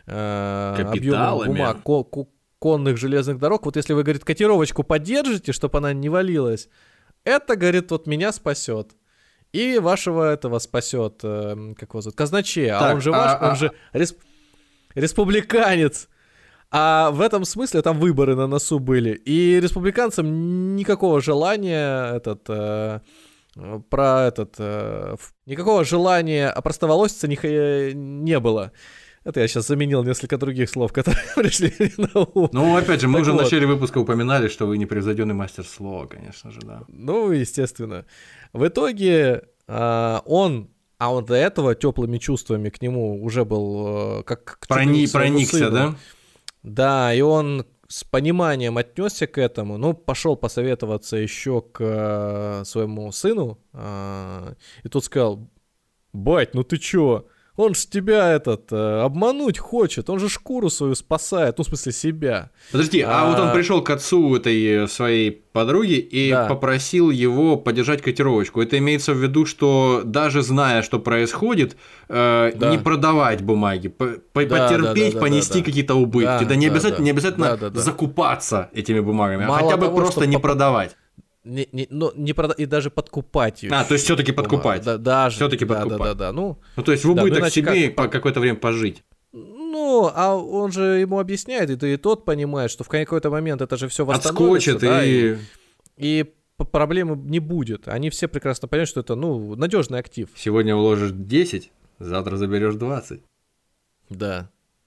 э, объемами бумаг, ко- ко- конных железных дорог. Вот если вы, говорит, котировочку поддержите, чтобы она не валилась, это, говорит, вот меня спасет. И вашего этого спасет, э, как его зовут, казначея. Так, а он же ваш, а, он же респ... республиканец. А в этом смысле там выборы на носу были. И республиканцам никакого желания этот... Э, про этот... Э, никакого желания опростоволоситься не, не было. Это я сейчас заменил несколько других слов, которые пришли на ум. Ну, опять же, мы так уже вот. в начале выпуска упоминали, что вы непревзойденный мастер слова, конечно же, да. Ну, естественно. В итоге э, он, а он до этого теплыми чувствами к нему уже был э, как к Прони- чуть ли не к своему проникся, сыну. да? Да, и он с пониманием отнесся к этому, ну, пошел посоветоваться еще к э, своему сыну, э, и тот сказал: бать, ну ты чё? Он ж тебя этот э, обмануть хочет, он же шкуру свою спасает, ну, в смысле, себя. Подожди, а, а вот он пришел к отцу этой своей подруги и Да. попросил его поддержать котировочку. Это имеется в виду, что даже зная, что происходит, э, Да. не продавать бумаги, по- по- Да, потерпеть, да, да, понести да, да. какие-то убытки. Да, Да, не да, обязательно, да. не обязательно Да, да, да. закупаться этими бумагами, Мало а хотя бы того, просто что не по- продавать. Не, не, ну, не прода- и даже подкупать ее. А, то есть все-таки подкупать. Да, даже. Всё-таки да, подкупать. Да, да, да. Ну, Ну, то есть в Да, ну, убыток иначе себе как? по какое-то время пожить. ну, а он же ему объясняет, и, и тот понимает, что в какой-то момент это же все восстановится. Отскочит да, и... и... и п- проблемы не будет. Они все прекрасно понимают, что это, ну, надежный актив. Сегодня вложишь десять, завтра заберешь двадцать. Да.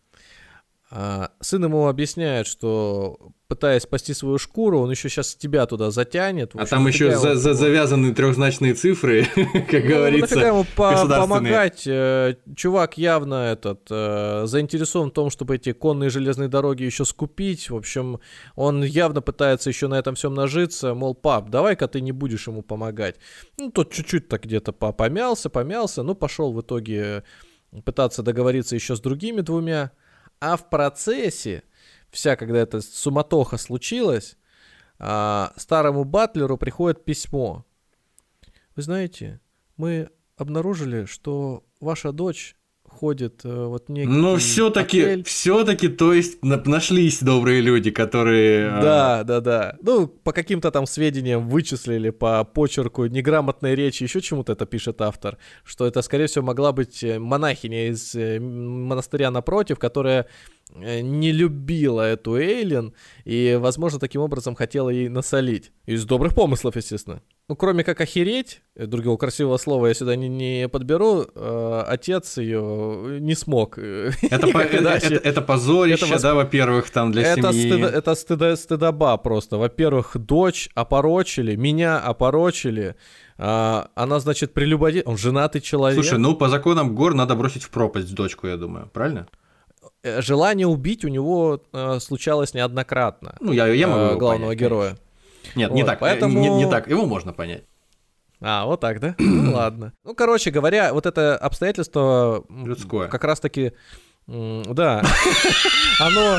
А, сын ему объясняет, что, пытаясь спасти свою шкуру, он еще сейчас тебя туда затянет. В А общем, там нафига еще за, ему- за- завязаны трехзначные цифры, как Ну, говорится, нафига ему по- государственные. помогать? Э, Чувак явно этот э, заинтересован в том, чтобы эти конные железные дороги еще скупить. В общем, он явно пытается еще на этом всем нажиться. Мол, пап, давай-ка ты не будешь ему помогать. Ну, тот чуть-чуть так где-то по- помялся, помялся. Ну, пошел в итоге пытаться договориться еще с другими двумя. А в процессе, вся, когда эта суматоха случилась, а, старому батлеру приходит письмо. Вы знаете, мы обнаружили, что ваша дочь ходит э, вот в некий Ну, все-таки, отель. все-таки, то есть на- нашлись добрые люди, которые. а, Да, да, да. Ну, по каким-то там сведениям вычислили, по почерку, неграмотной речи, еще чему-то это пишет автор, что это, скорее всего, могла быть э, монахиня из э, монастыря напротив, которая э, не любила эту Эйлин и, возможно, таким образом хотела ей насолить. Из добрых помыслов, естественно. Ну, кроме как охереть, э, другого красивого слова я сюда не, не подберу, э, отец ее не смог. э, Это, по- никак это, иначе. это- это позорище, Это вос- да, во-первых, там для Это, семьи. стыдо- это стыдо- стыдоба просто. Во-первых, дочь опорочили, меня опорочили. А, она, значит, прелюбодей... Он женатый человек. Слушай, ну по законам гор надо бросить в пропасть дочку, я думаю, правильно? Э, Желание убить у него э, случалось неоднократно. Ну, я, я могу э, его главного понять, героя. конечно. Нет, не Вот, так, поэтому- не, не так, его можно понять. А, вот так, да? Ну, ладно. Ну, короче говоря, вот это обстоятельство... м, Людское. Как раз-таки... м, Да. Оно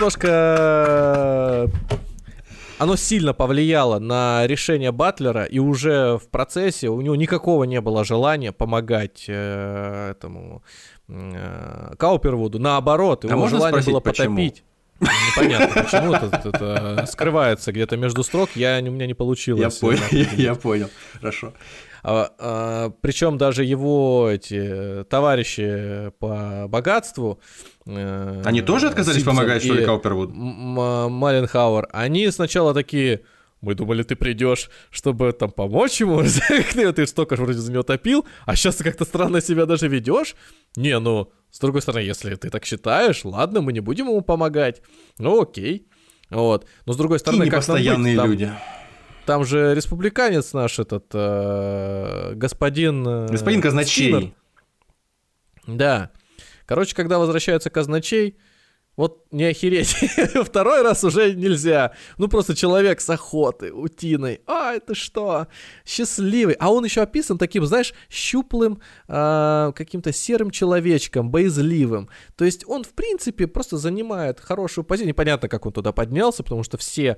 немножко... Оно сильно повлияло на решение Батлера, и уже в процессе у него никакого не было желания помогать э, этому э, Каупервуду. Наоборот, его А можно желание спросить, было почему? потопить. Непонятно, почему это, это скрывается где-то между строк, я, у меня не получилось. Я понял, определить. я понял, хорошо. А, а, причем даже его эти товарищи по богатству... Они тоже отказались Симпсон помогать, что ли, и Каупервуд? М- Маленхауэр. Они сначала такие... Мы думали, ты придешь, чтобы там помочь ему. Ты столько же вроде за него топил, а сейчас ты как-то странно себя даже ведешь. Не, ну, с другой стороны, если ты так считаешь, ладно, мы не будем ему помогать. Ну, окей. Вот. Но с другой стороны, и как нам быть? непостоянные Там, люди. Там же республиканец наш этот э, господин... Э, господин казначей. Стинер. Да. Короче, когда возвращается казначей, вот не охереть, второй раз уже нельзя. Ну, просто человек с охоты, утиной. А, это что? Счастливый. А он еще описан таким, знаешь, щуплым, э, каким-то серым человечком, боязливым. То есть он, в принципе, просто занимает хорошую позицию. Непонятно, как он туда поднялся, потому что все,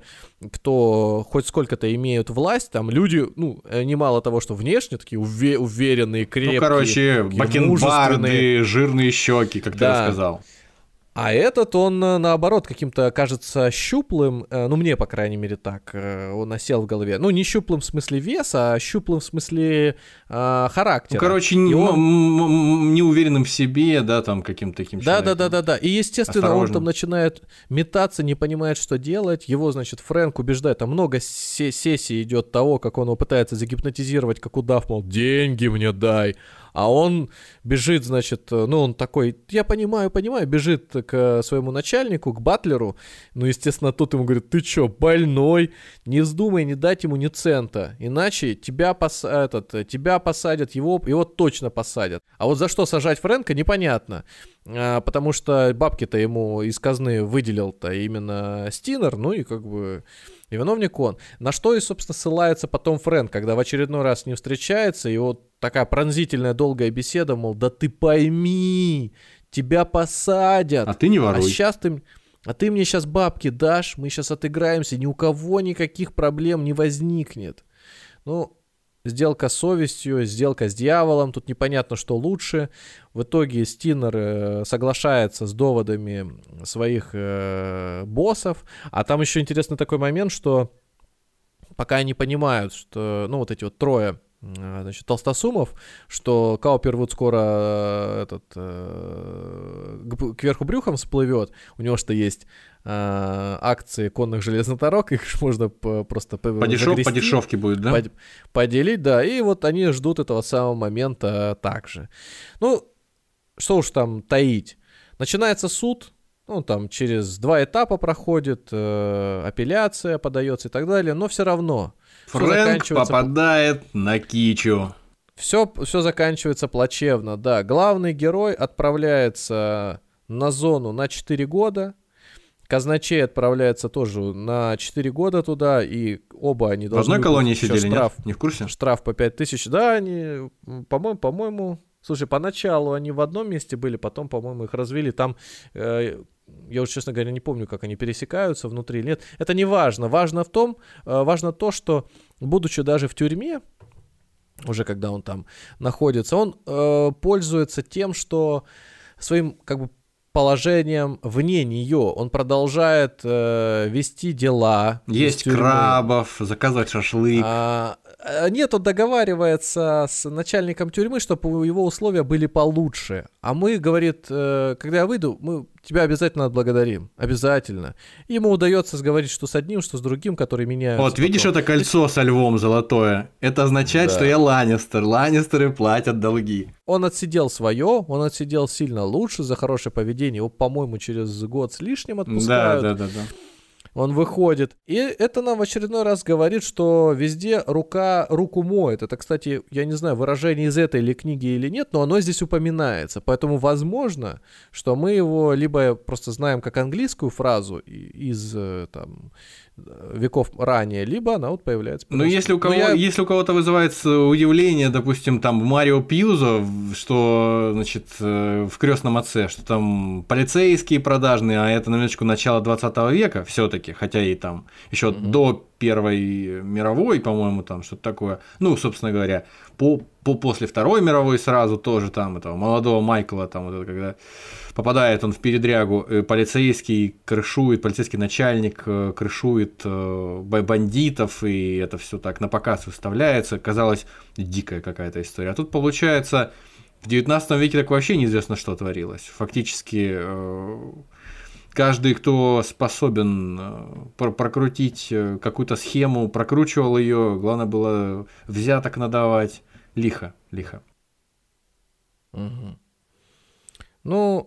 кто хоть сколько-то имеют власть, там люди, ну, немало того, что внешне такие уве- уверенные, крепкие. Ну, короче, бакенбарды, жирные щеки, как да. ты рассказал. А этот, он, наоборот, каким-то кажется щуплым, ну, мне, по крайней мере, так, он осел в голове. Ну, не щуплым в смысле веса, а щуплым в смысле э, характера. Ну, короче, не, он... не уверенным в себе, да, там, каким-то таким да, человеком. Да-да-да-да, и, естественно, осторожным. Он там начинает метаться, не понимает, что делать. Его, значит, Фрэнк убеждает, там много сессий идет того, как он его пытается загипнотизировать, как удав, мол, деньги мне дай. А он бежит, значит, ну, он такой, я понимаю, понимаю, бежит к своему начальнику, к батлеру. Ну, естественно, тут ему говорит, ты чё, больной? Не вздумай не дать ему ни цента, иначе тебя, пос... этот, тебя посадят, его... его точно посадят. А вот за что сажать Фрэнка, непонятно. А, потому что бабки-то ему из казны выделил-то именно Стинер, ну и как бы... И виновник он. На что и, собственно, ссылается потом Фрэнк, когда в очередной раз с ним встречается, и вот такая пронзительная долгая беседа, мол, да ты пойми, тебя посадят. А ты не воруй. А сейчас ты... А ты мне сейчас бабки дашь, мы сейчас отыграемся, ни у кого никаких проблем не возникнет. Ну, сделка с совестью, сделка с дьяволом, тут непонятно, что лучше. В итоге Стинер э, соглашается с доводами своих э, боссов. А там еще интересный такой момент, что пока они понимают, что, ну, вот эти вот трое, э, значит, толстосумов, что Каупервуд скоро э, этот, э, кверху брюхом всплывет, у него что есть э, акции конных железных дорог, их можно по, просто Подешев, по дешевке будет, да? Под, поделить, да, и вот они ждут этого самого момента также. Ну, что уж там таить. Начинается суд, ну, там через два этапа проходит, э, апелляция подается и так далее, но все равно. Фрэнк попадает на кичу. Все, все заканчивается плачевно, да. Главный герой отправляется на зону на четыре года, казначей отправляется тоже на четыре года туда, и оба они должны... В одной колонии сидели, штраф, нет? Не в курсе? Штраф по пять тысяч, да, они, по-моему, по-моему... Слушай, поначалу они в одном месте были, потом, по-моему, их развели. Там, э, я уж, честно говоря, не помню, как они пересекаются внутри или нет. Это не важно. Важно в том, э, важно то, что, будучи даже в тюрьме, уже когда он там находится, он э, пользуется тем, что своим, как бы, положением вне нее. Он продолжает э, вести дела. Есть крабов, заказывать шашлык. А, нет, он договаривается с начальником тюрьмы, чтобы его условия были получше. А мы, говорит, э, когда я выйду, мы тебя обязательно отблагодарим. Обязательно. И ему удается сговорить, что с одним, что с другим, которые меняются. Вот, видишь, потом. Это кольцо со львом золотое. Это означает, да. что я Ланнистер. Ланнистеры платят долги. Он отсидел свое, он отсидел сильно лучше за хорошее поведение. Его, по-моему, через год с лишним отпускают. Да, да, да, да. Он выходит. И это нам в очередной раз говорит, что везде рука руку моет. Это, кстати, я не знаю, выражение из этой ли книги или нет, но оно здесь упоминается. Поэтому возможно, что мы его либо просто знаем как английскую фразу из там, веков ранее, либо она вот появляется. Ну, если у, кого, я... если у кого-то вызывает удивление, допустим, там Марио Пьюзо, что, значит, в «Крестном отце», что там полицейские продажные, а это на минуточку начало двадцатого века все-таки. все-таки, хотя и там еще Mm-hmm. до Первой мировой, по-моему, там что-то такое. Ну, собственно говоря, по, по, после Второй мировой сразу тоже там этого молодого Майкла, там вот это когда попадает он в передрягу, полицейский крышует, полицейский начальник крышует бандитов, и это все так на показ выставляется. Казалось, дикая какая-то история. А тут получается, в девятнадцатом веке так вообще неизвестно, что творилось. Фактически каждый, кто способен прокрутить какую-то схему, прокручивал ее, главное было взяток надавать. Лихо, лихо. Угу. Ну,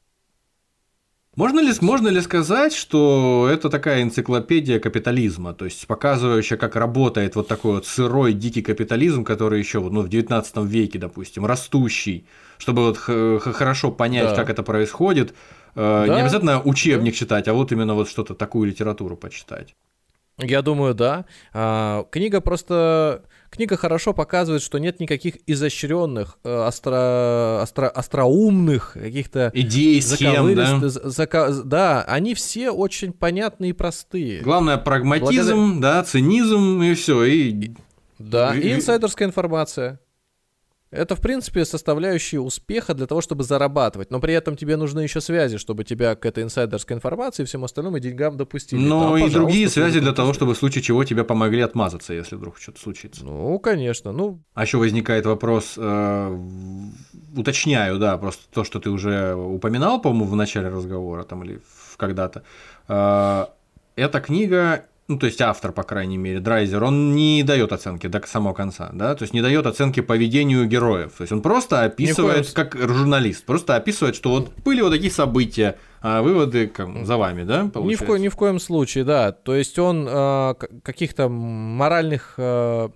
можно ли, можно ли сказать, что это такая энциклопедия капитализма, то есть показывающая, как работает вот такой вот сырой, дикий капитализм, который еще ну, в девятнадцатом веке, допустим, растущий, чтобы вот хорошо понять, да. как это происходит, да. не обязательно учебник да. читать, а вот именно вот что-то, такую литературу почитать. Я думаю, да. А, книга просто... Книга хорошо показывает, что нет никаких изощренных, остро... Остро... остроумных каких-то... идей, схем, да? Зака... Да, они все очень понятные и простые. Главное, прагматизм, Благодаря... да, цинизм и все. И... Да, и инсайдерская информация. Это, в принципе, составляющие успеха для того, чтобы зарабатывать. Но при этом тебе нужны еще связи, чтобы тебя к этой инсайдерской информации и всем остальным и деньгам допустили. Ну и другие связи для того, чтобы в случае чего тебя помогли отмазаться, если вдруг что-то случится. Ну, конечно. Ну... А еще возникает вопрос, э, уточняю, да, просто то, что ты уже упоминал, по-моему, в начале разговора там, или когда-то. Э, эта книга... Ну, то есть автор, по крайней мере, Драйзер, он не дает оценки до самого конца, да, то есть не дает оценки поведению героев, то есть он просто описывает, как журналист, просто описывает, что вот были вот такие события, а выводы как, за вами, да, получается? Ни в, ко- ни в коем случае, да, то есть он э, каких-то моральных... Э...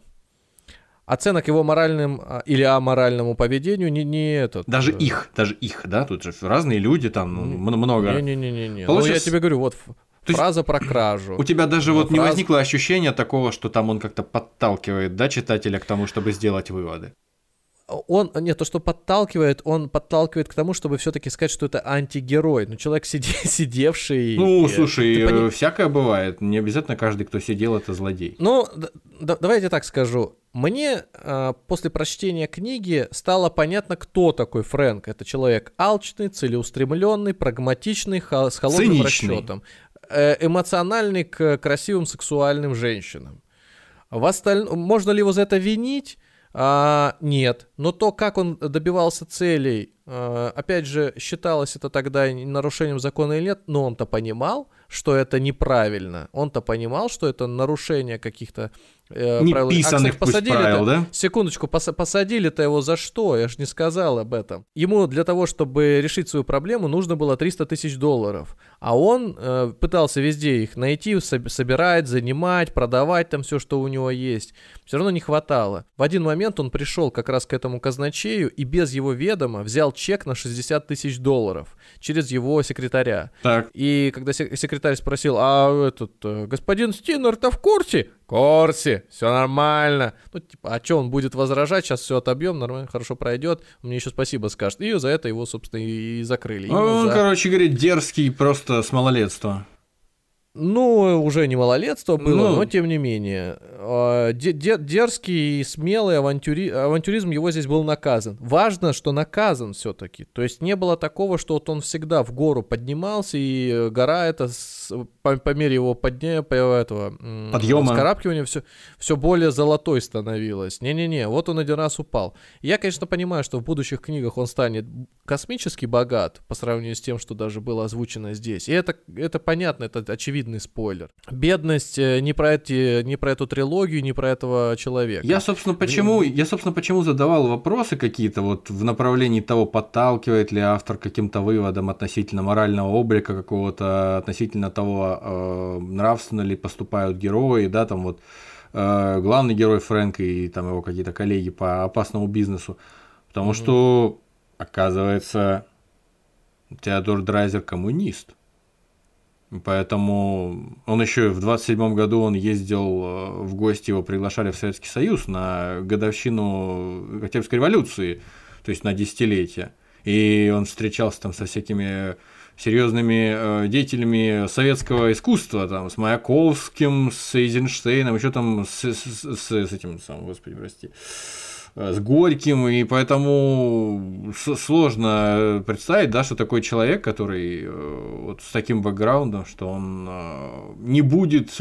Оценок его моральным или аморальному поведению не, не этот. Даже их, даже их, да, тут же разные люди, там ну, много. Не-не-не-не. Получается... Ну, я тебе говорю, вот... То Фраза есть, про кражу. У тебя даже вот фраза... не возникло ощущения такого, что там он как-то подталкивает, да, читателя к тому, чтобы сделать выводы? Он, нет, то, что подталкивает, он подталкивает к тому, чтобы все-таки сказать, что это антигерой. Ну, человек сиде, сидевший... Ну, слушай, пони... всякое бывает. Не обязательно каждый, кто сидел, это злодей. Ну, да, давайте так скажу. Мне э, после прочтения книги стало понятно, кто такой Фрэнк. Это человек алчный, целеустремленный, прагматичный, хо- с холодным циничный. расчетом. Э, эмоциональный к красивым сексуальным женщинам. В осталь... Можно ли его за это винить? А, нет, но то, как он добивался целей, а, опять же, считалось это тогда нарушением закона или нет, но он-то понимал, что это неправильно, он-то понимал, что это нарушение каких-то э, правил. Неписанных а, кстати, правил, да? Секундочку, пос- посадили-то его за что? Я ж не сказал об этом. Ему для того, чтобы решить свою проблему, нужно было триста тысяч долларов, а он э, пытался везде их найти, соб- собирать, занимать, продавать там все, что у него есть. Все равно не хватало. В один момент он пришел как раз к этому казначею и без его ведома взял чек на шестьдесят тысяч долларов через его секретаря. Так. И когда секретарь спросил, а этот господин Стинер-то в курсе? В курсе, все нормально. Ну, типа, а что он будет возражать? Сейчас все отобьем, нормально, хорошо пройдет. Он мне еще спасибо скажет. И за это его, собственно, и закрыли. Он, за... короче говоря, дерзкий просто с малолетства. Ну, уже не малолетство было, ну... но тем не менее. Дерзкий и смелый авантюри... авантюризм его здесь был наказан. Важно, что наказан все-таки. То есть не было такого, что вот он всегда в гору поднимался, и гора это с... по, по мере его подня... по этого... подъема, вскарабкивания все... все более золотой становилось. Не-не-не, вот он один раз упал. Я, конечно, понимаю, что в будущих книгах он станет космически богат по сравнению с тем, что даже было озвучено здесь. И это, это понятно, это очевидно. Спойлер. Бедность не про, эти, не про эту трилогию, не про этого человека. Я, собственно, почему, я, собственно, почему задавал вопросы какие-то вот в направлении того, подталкивает ли автор каким-то выводом относительно морального облика какого-то, относительно того, э, нравственно ли поступают герои, да, там вот э, главный герой Фрэнк и там его какие-то коллеги по опасному бизнесу. Потому mm-hmm. что, оказывается, Теодор Драйзер коммунист. Поэтому он еще в двадцать седьмом году он ездил в гости, его приглашали в Советский Союз на годовщину Октябрьской революции, то есть на десятилетие. И он встречался там со всякими серьезными э, деятелями советского искусства, там, с Маяковским, с Эйзенштейном, еще там с, с, с, с этим самым, господи, прости, с Горьким, и поэтому сложно представить, да, что такой человек, который вот с таким бэкграундом, что он не будет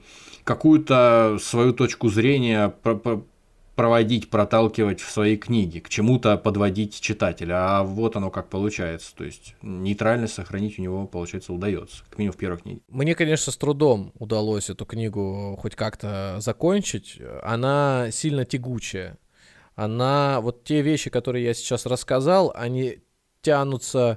какую-то свою точку зрения проводить, проталкивать в свои книги, к чему-то подводить читателя, а вот оно как получается, то есть нейтральность сохранить у него, получается, удается, как минимум в первой книге. Мне, конечно, с трудом удалось эту книгу хоть как-то закончить, она сильно тягучая. Она, вот те вещи, которые я сейчас рассказал, они тянутся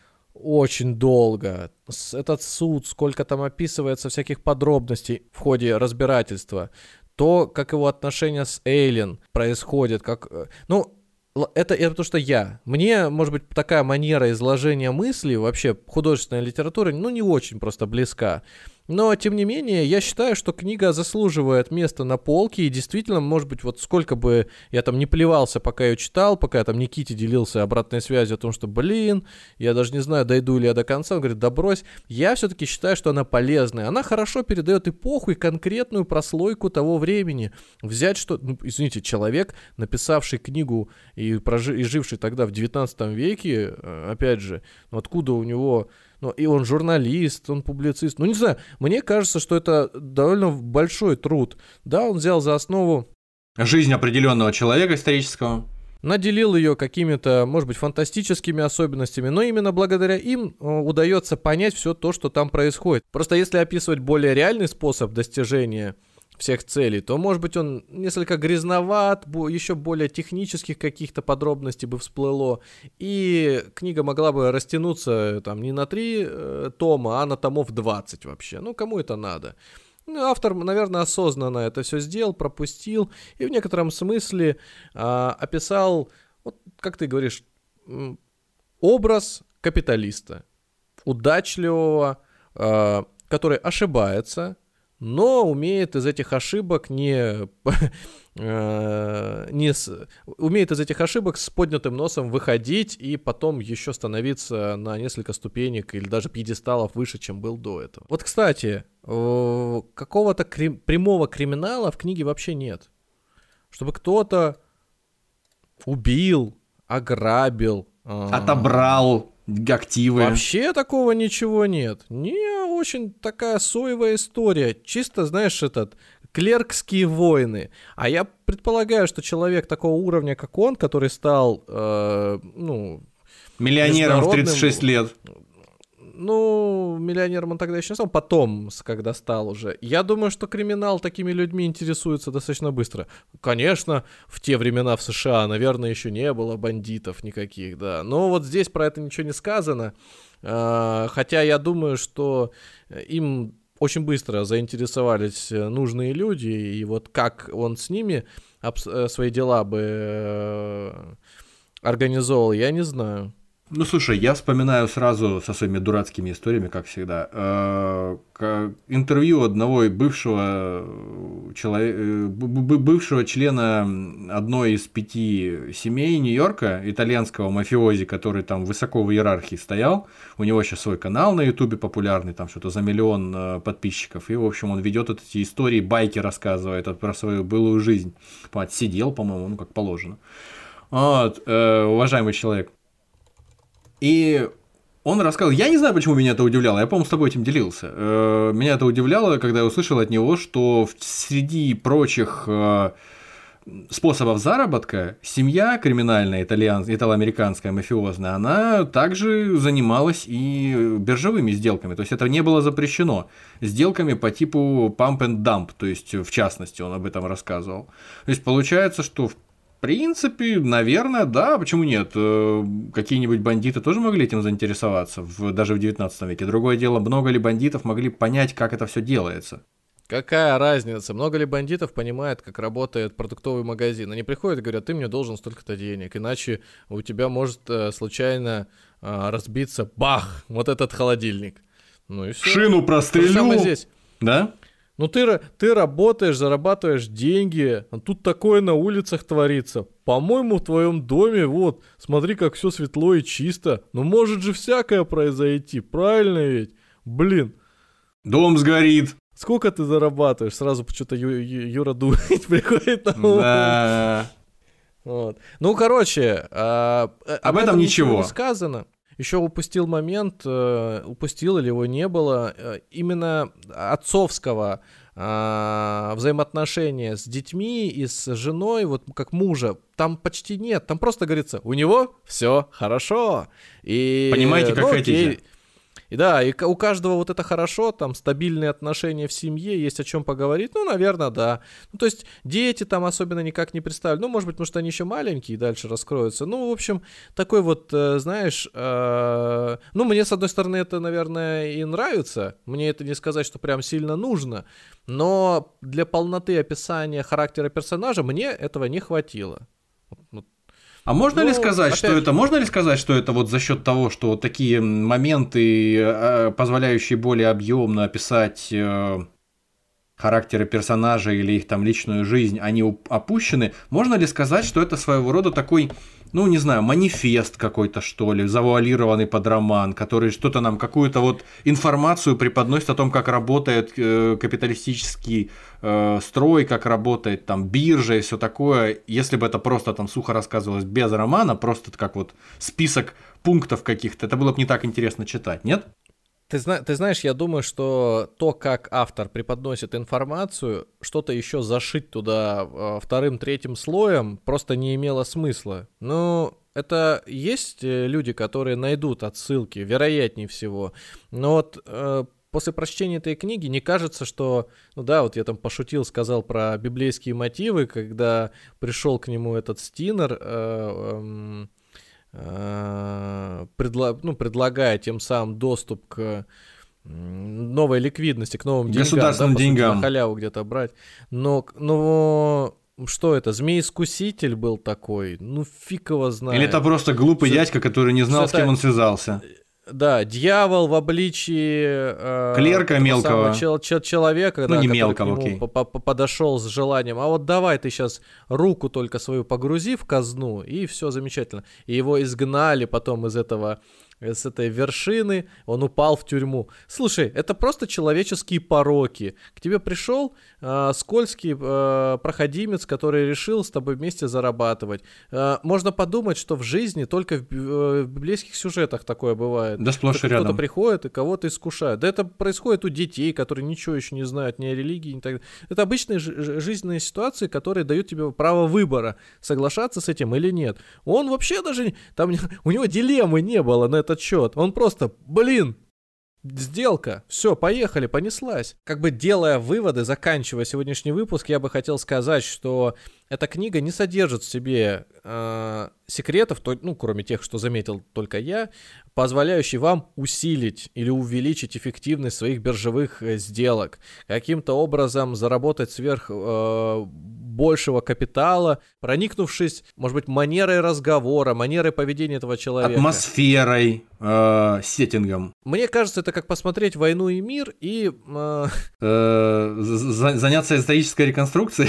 очень долго. Этот суд, сколько там описывается всяких подробностей в ходе разбирательства, то, как его отношения с Эйлин происходят, как... Ну, это, это то, что я. Мне, может быть, такая манера изложения мыслей, вообще художественная литература, ну, не очень просто близка. Но, тем не менее, я считаю, что книга заслуживает места на полке, и действительно, может быть, вот сколько бы я там не плевался, пока ее читал, пока я там Никите делился обратной связью о том, что, блин, я даже не знаю, дойду ли я до конца, он говорит, да брось, я все-таки считаю, что она полезная, она хорошо передает эпоху и конкретную прослойку того времени. Взять что, ну, извините, человек, написавший книгу и, прожи... и живший тогда в девятнадцатом веке, опять же, ну, откуда у него... Ну, и он журналист, он публицист. Ну, не знаю, мне кажется, что это довольно большой труд. Да, он взял за основу... Жизнь определенного человека исторического. Наделил ее какими-то, может быть, фантастическими особенностями, но именно благодаря им удается понять все то, что там происходит. Просто если описывать более реальный способ достижения всех целей, то, может быть, он несколько грязноват, еще более технических каких-то подробностей бы всплыло, и книга могла бы растянуться там не на три э, тома, а на томов двадцать вообще. Ну, кому это надо? Ну, автор, наверное, осознанно это все сделал, пропустил, и в некотором смысле э, описал, вот, как ты говоришь, образ капиталиста, удачливого, э, который ошибается, но умеет из этих ошибок не, не с, умеет из этих ошибок с поднятым носом выходить и потом еще становиться на несколько ступенек или даже пьедесталов выше, чем был до этого. Вот, кстати, какого-то крим, прямого криминала в книге вообще нет. Чтобы кто-то убил, ограбил, отобрал активы. Вообще такого ничего нет. Не, очень такая соевая история. Чисто, знаешь, этот, клеркские войны. А я предполагаю, что человек такого уровня, как он, который стал, э, ну... миллионером в тридцать шесть лет. Ну, миллионером он тогда еще не стал, потом, когда стал уже. Я думаю, что криминал такими людьми интересуется достаточно быстро. Конечно, в те времена в США, наверное, еще не было бандитов никаких, да. Но вот здесь про это ничего не сказано. Хотя я думаю, что им очень быстро заинтересовались нужные люди, и вот как он с ними свои дела бы организовал, я не знаю. Ну, слушай, я вспоминаю сразу со своими дурацкими историями, как всегда, интервью одного бывшего, человека, бывшего члена одной из пяти семей Нью-Йорка, итальянского мафиози, который там высоко в иерархии стоял. У него сейчас свой канал на Ютубе популярный, там что-то за миллион подписчиков. И, в общем, он ведет эти истории, байки рассказывает про свою былую жизнь. Сидел, по-моему, ну, как положено. Вот, уважаемый человек. И он рассказал, я не знаю, почему меня это удивляло, я, по-моему, с тобой этим делился. Меня это удивляло, когда я услышал от него, что среди прочих способов заработка семья криминальная, итальян... итало-американская, мафиозная, она также занималась и биржевыми сделками, то есть это не было запрещено, сделками по типу pump and dump, то есть в частности он об этом рассказывал. То есть получается, что в В принципе, наверное, да, почему нет? Какие-нибудь бандиты тоже могли этим заинтересоваться, в, даже в девятнадцатом веке. Другое дело, много ли бандитов могли понять, как это все делается? Какая разница? Много ли бандитов понимает, как работает продуктовый магазин? Они приходят и говорят, ты мне должен столько-то денег, иначе у тебя может случайно разбиться, бах, вот этот холодильник. Ну и все. Шину прострелю. Здесь. Да? Ну ты, ты работаешь, зарабатываешь деньги, а тут такое на улицах творится. По-моему, в твоем доме, вот, смотри, как все светло и чисто. Ну может же всякое произойти, правильно ведь? Блин. Дом сгорит. Сколько ты зарабатываешь? Сразу что-то Ю- Ю- Юра думает, приходит на ум. Да. Вот. Ну, короче, а, об этом ничего не сказано. Еще упустил момент, э, упустил или его не было, э, именно отцовского э, взаимоотношения с детьми и с женой, вот как мужа, там почти нет. Там просто говорится, у него все хорошо. И, понимаете, как ну, хотите. окей. И да, и у каждого вот это хорошо, там стабильные отношения в семье, есть о чем поговорить, ну, наверное, да. Ну, то есть дети там особенно никак не представили, ну, может быть, потому что они еще маленькие и дальше раскроются. Ну, в общем, такой вот, э, знаешь, э, ну, мне, с одной стороны, это, наверное, и нравится, мне это не сказать, что прям сильно нужно, но для полноты описания характера персонажа мне этого не хватило. Вот. А можно ну, ли сказать, опять... что это, можно ли сказать, что это вот за счет того, что вот такие моменты, позволяющие более объемно описать э, характеры персонажей или их там личную жизнь, они опущены? Можно ли сказать, что это своего рода такой, ну не знаю, манифест какой-то, что ли, завуалированный под роман, который что-то нам, какую-то вот информацию преподносит о том, как работает э, капиталистический э, строй, как работает там биржа и все такое. Если бы это просто там сухо рассказывалось без романа, просто как вот список пунктов каких-то, это было бы не так интересно читать, нет? Ты, зна- ты знаешь, я думаю, что то, как автор преподносит информацию, что-то еще зашить туда э, вторым, третьим слоем просто не имело смысла. Ну, это есть люди, которые найдут отсылки, вероятнее всего. Но вот э, после прочтения этой книги не кажется, что... Ну да, вот я там пошутил, сказал про библейские мотивы, когда пришел к нему этот Стинер... Э, э, Предла- ну, предлагая тем самым доступ к новой ликвидности, к новым деньгам, государственным да, по деньгам, сути, на халяву где-то брать. Но, но что это, змей-искуситель был такой? Ну, фиг его знает. Или это просто глупый Что... дядька, который не знал, с кем это... он связался. Да, дьявол в обличии э, клерка мелкого чел- чел- человека, ну, да, не который мелкого, к нему окей. по- по- подошел с желанием, а вот давай ты сейчас руку только свою погрузи в казну, и все замечательно. И его изгнали потом из этого, с этой вершины, он упал в тюрьму. Слушай, это просто человеческие пороки. К тебе пришел э, скользкий э, проходимец, который решил с тобой вместе зарабатывать. Э, можно подумать, что в жизни только в, э, в библейских сюжетах такое бывает. Да сплошь и рядом. Кто-то приходит и кого-то искушает. Да это происходит у детей, которые ничего еще не знают ни о религии, ни так далее. Это обычные ж- жизненные ситуации, которые дают тебе право выбора, соглашаться с этим или нет. Он вообще даже... Там у него дилеммы не было на этот счет. Он просто, блин, сделка, все, поехали, понеслась. Как бы делая выводы, заканчивая сегодняшний выпуск, я бы хотел сказать, что эта книга не содержит в себе э, секретов, то, ну, кроме тех, что заметил только я, позволяющие вам усилить или увеличить эффективность своих биржевых э, сделок, каким-то образом заработать сверх э, большего капитала, проникнувшись, может быть, манерой разговора, манерой поведения этого человека. Атмосферой, э, сеттингом. Мне кажется, это как посмотреть «Войну и мир» и... Э... Э, заняться исторической реконструкцией?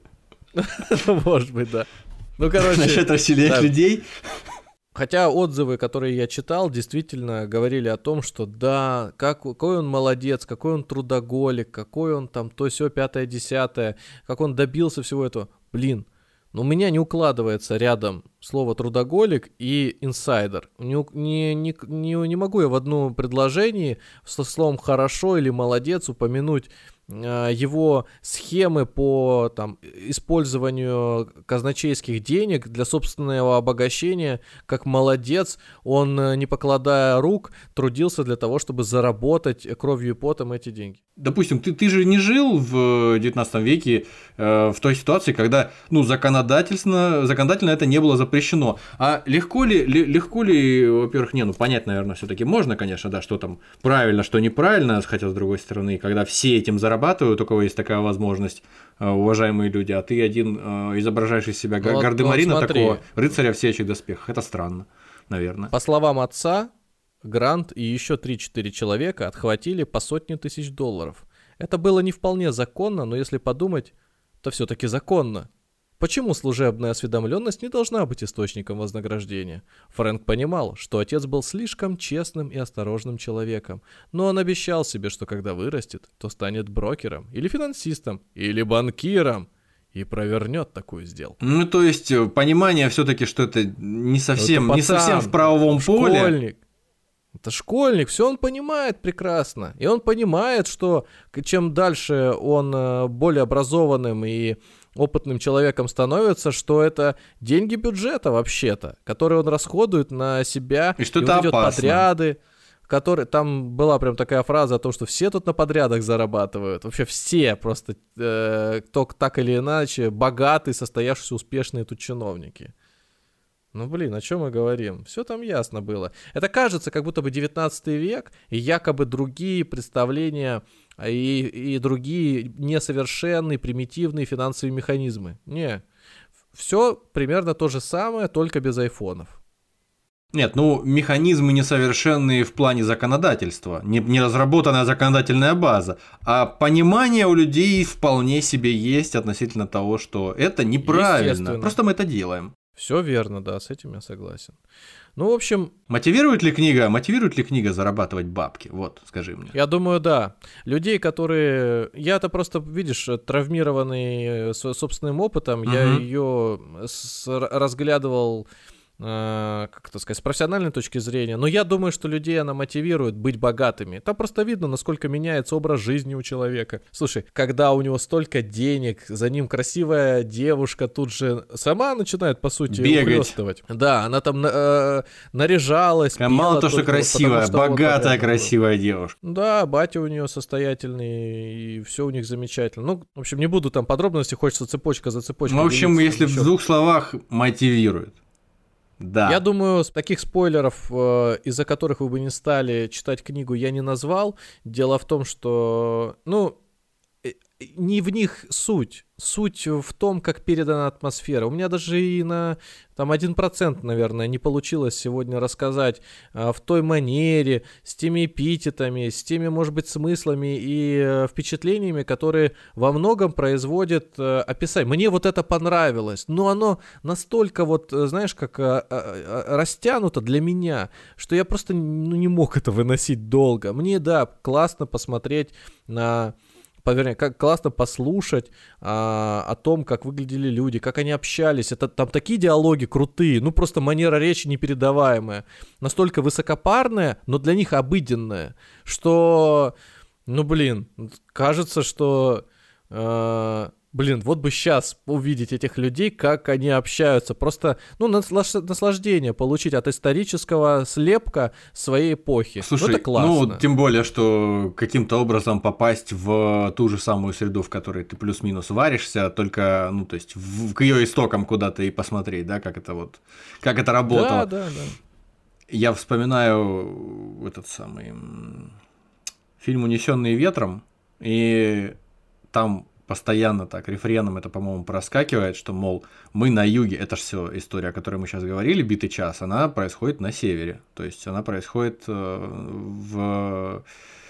Может быть, да. Ну, короче... Начать расселять людей? Хотя отзывы, которые я читал, действительно говорили о том, что да, как, какой он молодец, какой он трудоголик, какой он там то сё пятое десятое, как он добился всего этого. Блин, но у меня не укладывается рядом слово трудоголик и инсайдер. Не, не, не, не, не могу я в одном предложении со словом хорошо или молодец упомянуть его схемы по там, использованию казначейских денег для собственного обогащения, как молодец, он, не покладая рук, трудился для того, чтобы заработать кровью и потом эти деньги. Допустим, ты, ты же не жил в девятнадцатом веке э, в той ситуации, когда ну, законодательно, законодательно это не было запрещено. А легко ли, ли, легко ли, во-первых, не, ну понять, наверное, все-таки можно, конечно, да, что там правильно, что неправильно, хотя с другой стороны, когда все этим зарабатывают, у кого есть такая возможность, уважаемые люди, а ты один изображаешь из себя ну, гардемарина, вот, такого рыцаря в сидячих доспехах. Это странно, наверное. По словам отца, Грант и еще три-четыре человека отхватили по сотне тысяч долларов. Это было не вполне законно, но если подумать, то все-таки законно. Почему служебная осведомленность не должна быть источником вознаграждения? Фрэнк понимал, что отец был слишком честным и осторожным человеком, но он обещал себе, что когда вырастет, то станет брокером, или финансистом, или банкиром, и провернет такую сделку. Ну, то есть, понимание все-таки, что это не совсем, это не совсем в правовом поле. Школьник. Это школьник, все он понимает прекрасно. И он понимает, что чем дальше он более образованным и опытным человеком становится, что это деньги бюджета вообще-то, которые он расходует на себя. И что и это вот опасно. Подряды, которые... Там была прям такая фраза о том, что все тут на подрядах зарабатывают. Вообще все просто, э, кто так или иначе, богатые, состоявшиеся, успешные тут чиновники. Ну, блин, о чем мы говорим? Все там ясно было. Это кажется, как будто бы девятнадцатый век, и якобы другие представления и, и другие несовершенные, примитивные финансовые механизмы. Не, все примерно то же самое, только без айфонов. Нет, ну, механизмы несовершенные в плане законодательства, не, не разработанная законодательная база, а понимание у людей вполне себе есть относительно того, что это неправильно, просто мы это делаем. Все верно, да, с этим я согласен. Ну, в общем... Мотивирует ли книга, мотивирует ли книга зарабатывать бабки? Вот, скажи мне. Я думаю, да. Людей, которые... Я-то просто, видишь, травмированный собственным опытом, угу. Я ее разглядывал... как это сказать, с профессиональной точки зрения, но я думаю, что людей она мотивирует быть богатыми. Там просто видно, насколько меняется образ жизни у человека. Слушай, когда у него столько денег, за ним красивая девушка тут же сама начинает, по сути, ухлёстывать. Да, она там э, наряжалась. Мало то, что красивая, что богатая, вот красивая девушка. Да, батя у нее состоятельный, и все у них замечательно. Ну, в общем, не буду там подробностей, хочется цепочка за цепочкой. Ну, в общем, если в двух словах, мотивирует. Да. Я думаю, таких спойлеров, э, из-за которых вы бы не стали читать книгу, я не назвал. Дело в том, что, ну, э, не в них суть. Суть в том, как передана атмосфера. У меня даже и на там один процент, наверное, не получилось сегодня рассказать а, в той манере, с теми эпитетами, с теми, может быть, смыслами и а, впечатлениями, которые во многом производят а, описание. Мне вот это понравилось, но оно настолько вот, знаешь, как а, а, растянуто для меня, что я просто ну, не мог это выносить долго. Мне, да, классно посмотреть на... Повернее, как классно послушать а, о том, как выглядели люди, как они общались. Это там такие диалоги крутые, ну просто манера речи непередаваемая, настолько высокопарная, но для них обыденная, что, ну блин, кажется, что, э, блин, вот бы сейчас увидеть этих людей, как они общаются, просто, ну наслаждение получить от исторического слепка своей эпохи. Слушай, ну, это классно. Ну тем более, что каким-то образом попасть в ту же самую среду, в которой ты плюс-минус варишься, только, ну то есть в, к ее истокам куда-то и посмотреть, да, как это вот, как это работало. Да, да, да. Я вспоминаю этот самый фильм «Унесенные ветром», и там постоянно так рефреном это, по-моему, проскакивает, что, мол, мы на юге, это же все история, о которой мы сейчас говорили, битый час, она происходит на севере, то есть она происходит в,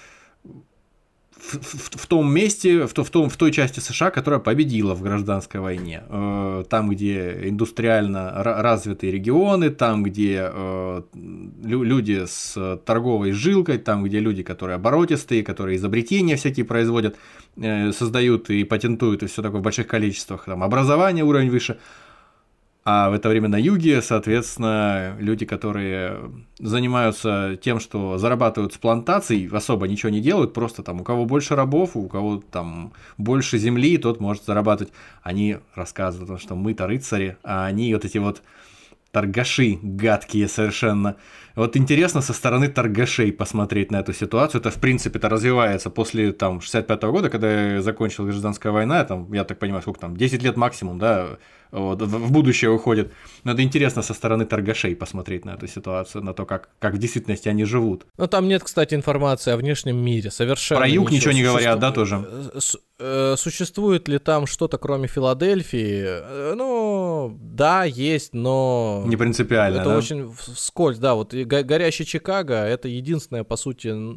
в, в, в том месте, в, в, том, в той части США, которая победила в гражданской войне, там, где индустриально развитые регионы, там, где люди с торговой жилкой, там, где люди, которые оборотистые, которые изобретения всякие производят, создают и патентуют и все такое в больших количествах, там образование уровень выше, а в это время на юге, соответственно, люди, которые занимаются тем, что зарабатывают с плантаций, особо ничего не делают, просто там у кого больше рабов, у кого там больше земли, тот может зарабатывать. Они рассказывают о том, что мы-то рыцари, а они вот эти вот торгаши гадкие совершенно. Вот интересно со стороны торгашей посмотреть на эту ситуацию. Это, в принципе, это развивается после там, шестьдесят пятого года, когда закончилась гражданская война, там, я так понимаю, сколько там, десять лет максимум, да, вот, в будущее уходит. Но это интересно со стороны торгашей посмотреть на эту ситуацию, на то, как, как в действительности они живут. Ну, там нет, кстати, информации о внешнем мире, совершенно. Про юг ничего, ничего не говорят, существует, да, тоже? С, э, существует ли там что-то, кроме Филадельфии? Э, ну, да, есть, но... Не принципиально, это да? очень вскользь, да, вот горящий Чикаго — это единственная, по сути,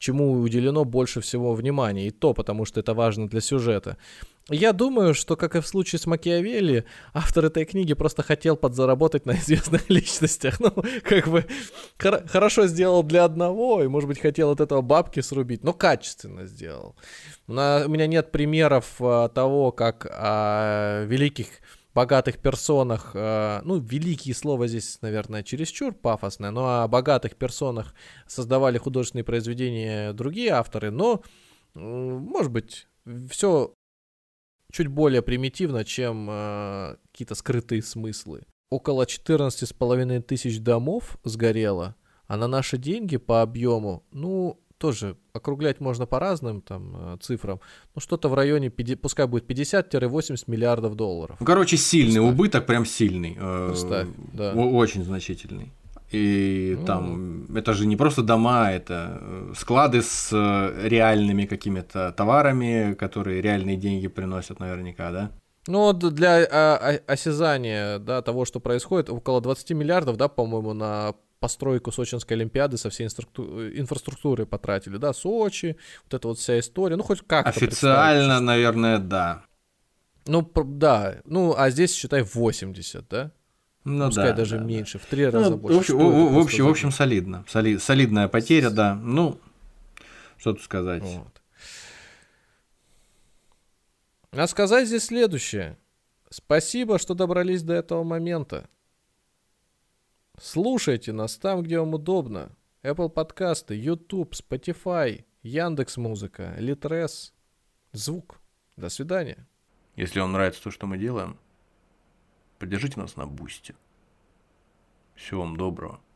чему уделено больше всего внимания. И то, потому что это важно для сюжета. Я думаю, что, как и в случае с Макиавелли, автор этой книги просто хотел подзаработать на известных личностях. Ну, как бы, хор- хорошо сделал для одного, и, может быть, хотел от этого бабки срубить, но качественно сделал. На, у меня нет примеров а, того, как о великих, богатых персонах, а, ну, великие слова здесь, наверное, чересчур пафосное, но о богатых персонах создавали художественные произведения другие авторы, но, может быть, все чуть более примитивно, чем э, какие-то скрытые смыслы. Около четырнадцать с половиной тысяч домов сгорело, а на наши деньги по объему, ну, тоже округлять можно по разным там цифрам, ну, что-то в районе, пускай будет пятьдесят-восемьдесят миллиардов долларов. Ну, короче, сильный Представь. Убыток, прям сильный. Представь, да. Очень значительный. И ну. там, это же не просто дома, это склады с реальными какими-то товарами, которые реальные деньги приносят наверняка, да? Ну, для а, осязания, да, того, что происходит, около двадцать миллиардов, да, по-моему, на постройку Сочинской Олимпиады со всей инфраструктурой потратили, да, Сочи, вот эта вот вся история, ну, хоть как-то официально, наверное, да. Ну, да, ну, а здесь, считай, восемьдесят, да? Ну, пускай да, даже да, меньше, да. в три раза ну, больше. В общем, в, в, общем, в общем солидно. Соли, солидная потеря, да. Ну, что тут сказать. Вот. А сказать здесь следующее. Спасибо, что добрались до этого момента. Слушайте нас там, где вам удобно. Apple подкасты, YouTube, Spotify, Яндекс.Музыка, Литрес, Звук. До свидания. Если вам нравится то, что мы делаем, поддержите нас на Бусти. Всего вам доброго.